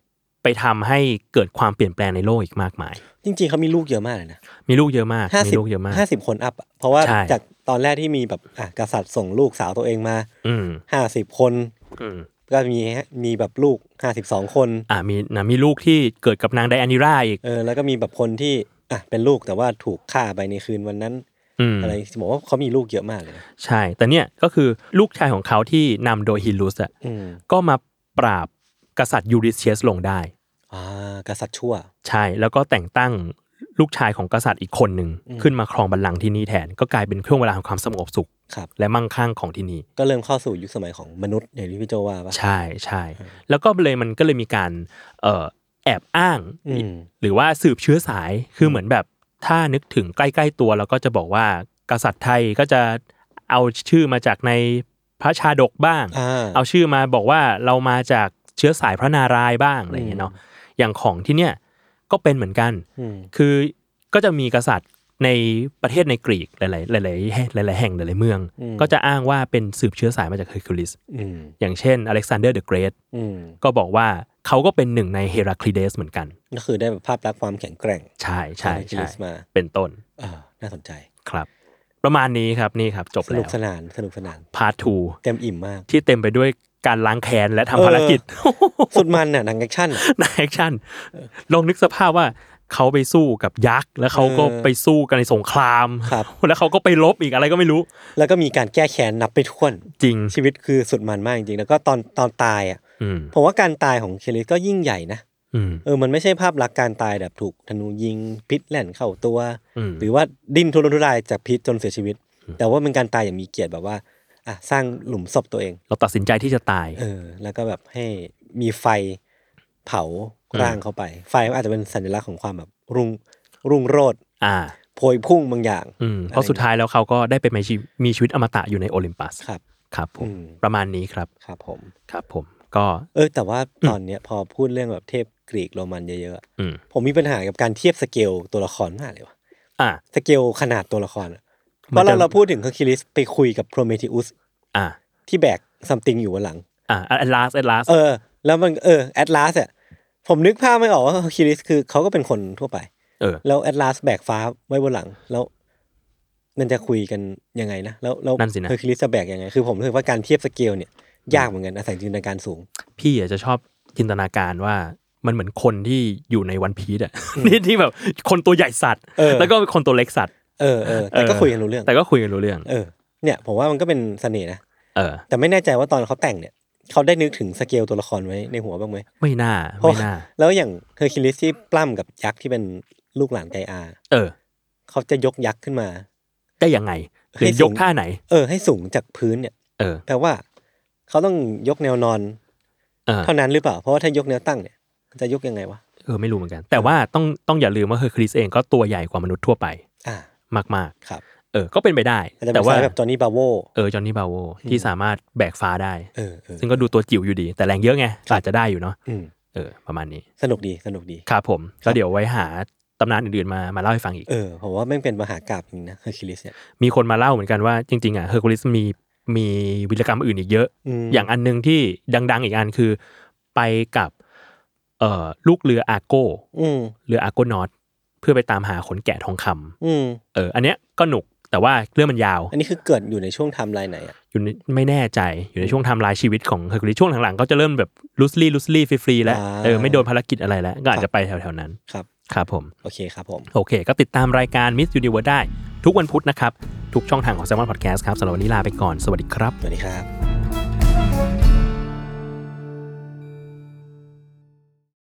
ไปทำให้เกิดความเปลี่ยนแปลงในโลกอีกมากมายจริงๆเขามีลูกเยอะมากเลยนะมีลูกเยอะมากมีลูกเยอะมากห้าสิบคนอัพเพราะว่าจากตอนแรกที่มีแบบอ่ะกษัตริย์ส่งลูกสาวตัวเองมาห้าสิบคนก็มีมีแบบลูกห้าสิบสองคนอ่ะมีนะมีลูกที่เกิดกับนางไดอานิราอีกเออแล้วก็มีแบบคนที่อ่ะเป็นลูกแต่ว่าถูกฆ่าไปในคืนวันนั้นอะไรบอกว่าเขามีลูกเยอะมากเลยใช่แต่เนี่ยก็คือลูกชายของเขาที่นำโดยฮิลุสอ่ะก็มาปราบกษัตริย์ยูริเชียสลงได้อ่ากษัตริย์ชั่วใช่แล้วก็แต่งตั้งลูกชายของกษัตริย์อีกคนหนึ่งขึ้นมาครองบัลลังก์ที่นี่แทนก็กลายเป็นช่วงเวลาของความสงบสุขและมั่งคั่งของที่นี่ก็เริ่มเข้าสู่ยุคสมัยของมนุษย์อย่างที่พี่โจว่าป่ะใช่ใช่แล้วก็เลยมันก็เลยมีการเอ่อแอบอ้างหรือว่าสืบเชื้อสายคือเหมือนแบบถ้านึกถึงใกล้ๆตัวแล้วก็จะบอกว่ากษัตริย์ไทยก็จะเอาชื่อมาจากในพระชาดกบ้างเอาชื่อมาบอกว่าเรามาจากเชื้อสายพระนารายณ์บ้างอะไรอย่างเงี้ยเนาะอย่างของที่เนี่ยก็เป็นเหมือนกันคือก็จะมีกษัตริย์ในประเทศในกรีกหลายๆหลายๆหลายๆแห่งหลายๆเมืองก็จะอ้างว่าเป็นสืบเชื้อสายมาจากเฮอร์คิวลิสอย่างเช่นอเล็กซานเดอร์เดอะเกรทก็บอกว่าเขาก็เป็นหนึ่งในเฮราคลีเดสเหมือนกันก็คือได้แบบภาพลักษณ์ความแข็งแกร่งใช่ใช่ใช่เป็นต้นน่าสนใจครับประมาณนี้ครับนี่ครับจบแล้วสนุกสนานสนุกสนานพาร์ททูเต็มอิ่มมากที่เต็มไปด้วยการล้างแค้นและทำภารกิจสุดมันน่ะหนังแอคชั่นหนังแอคชั่นลองนึกสภาพว่าเขาไปสู้กับยักษ์แล้วเขาก็ไปสู้กันในสงครามแล้วเขาก็ไปลบอีกอะไรก็ไม่รู้แล้วก็มีการแก้แค้นนับไปถ้วนจริงชีวิตคือสุดมันมากจริงแล้วก็ตอนตอนตายอ่ะผมว่าการตายของเคลลิสก็ยิ่งใหญ่นะเออมันไม่ใช่ภาพลักษณ์การตายแบบถูกธนูยิงพิษแล่นเข้าตัวหรือว่าดิ้นทุรนทุรายจากพิษจนเสียชีวิตแต่ว่าเป็นการตายอย่างมีเกียรติแบบว่าอ่ะสร้างหลุมศพตัวเองเราตัดสินใจที่จะตายเออแล้วก็แบบให้มีไฟเผาร่างเข้าไปไฟอาจจะเป็นสัญลักษณ์ของความแบบรุ่งรุ่งโรจน์อ่าโพยพุ่งบางอย่างเพราะสุดท้ายแล้วเขาก็ได้ไปมีชีวิตอมตะอยู่ในโอลิมปัสครับครับผมประมาณนี้ครับครับผมครับผมก็เออแต่ว่าตอนเนี้ยพอพูดเรื่องแบบเทพกรีกโรมันเยอะๆผมมีปัญหากับการเทียบสเกลตัวละครมากเลยว่ะอ่าสเกลขนาดตัวละครเพราะเราเราพูดถึงเฮอร์คิวลิสไปคุยกับโพรเมธีอุสอ่าที่แบกซัมติงอยู่บนหลังอ่าแอตลาสแอตลาสเออแล้วมันเออแอตลาสอ่ะผมนึกภาพไม่ออกว่าเฮอร์คิวลิสคือเขาก็เป็นคนทั่วไปเออแล้วแอตลาสแบกฟ้าไว้บนหลังแล้วมันจะคุยกันยังไงนะแล้วแล้วเฮอร์คิวลิสจะแบกยังไงคือผมรู้สึกว่าการเทียบสเกลเนี่ยยากเหมือนกันอาศัยจินตนาการสูงพี่อาจจะชอบจินตนาการว่ามันเหมือนคนที่อยู่ในวันพีซอ่ะนี่ที่แบบคนตัวใหญ่สัตว์แล้วก็คนตัวเล็กสัตว์เออเออแต่ก็คุยกันรู้เรื่องแต่ก็คุยกันรู้เรื่องเออเนี่ยผมว่ามันก็เป็นเสน่ห์นะเออแต่ไม่แน่ใจว่าตอนเขาแต่งเนี่ยเขาได้นึกถึงสเกลตัวละครไว้ในหัวบ้างไหมไม่น่าไม่น่าแล้วอย่างเฮอร์คิวลิสที่ปล้ำกับยักษ์ที่เป็นลูกหลานไกอาเออเขาจะยกยักษ์ขึ้นมาได้ยังไงหรือยกท่าไหนเออให้สูงจากพื้นเนี่ยเออแปลว่าเขาต้องยกแนวนอนเท่านั้นหรือเปล่าเพราะว่าถ้ายกแนวตั้งเนี่ยจะยกยังไงวะเออไม่รู้เหมือนกันแต่ว่าต้องต้องอย่าลืมว่าเฮอร์คิวลิสเองก็ตัวใหญ่กว่ามนุษย์ทั่วไปอ่ามากๆครับเออก็เป็นไปได้แต่ว่าแบบจอห์นนี่บาโวเออจอห์นนี่บาโวที่สามารถแบกฟ้าได้เออซึ่งก็ดูตัวจิ๋วอยู่ดีแต่แรงเยอะไงอาจจะได้อยู่เนาะเออประมาณนี้สนุกดีสนุกดีครับผมก็เดี๋ยวไว้หาตำนานอื่นๆมามาเล่าให้ฟังอีกเออผมว่าแม่งเป็นมหากาพย์จริงนะเฮอร์คิวลิสเนี่ยมีคนมาเล่าเหมือนกันว่าจริงๆอ่ะเฮอร์คิวลิสมีมีวิรกรรมอื่นอีกเยอะอย่างอันนึงที่ดังๆอีกอันคือไปกับเอ่อลูกเรืออาโก้เรืออาโกนอตเพื่อไปตามหาขนแกะทองคำเอออันเนี้ยก็หนุกแต่ว่าเรื่องมันยาวอันนี้คือเกิดอยู่ในช่วงไทม์ไลน์ไหนอ่ะอยู่ไม่แน่ใจอยู่ในช่วงไทม์ไลน์ชีวิตของเฮอร์คิวลิสช่วงหลังๆก็จะเริ่มแบบลูสลี่ลูสลี่ฟรีๆแล้วเออไม่โดนภารกิจอะไรแล้วก็อาจจะไปแถวๆนั้นครับครับผมโอเคครับผมโอเคก็ติดตามรายการ Miss Universe ได้ทุกวันพุธนะครับทุกช่องทางของ Salmon Podcast ครับสำหรับวันนี้ลาไปก่อนสวัสดีครับสวัสดีครับ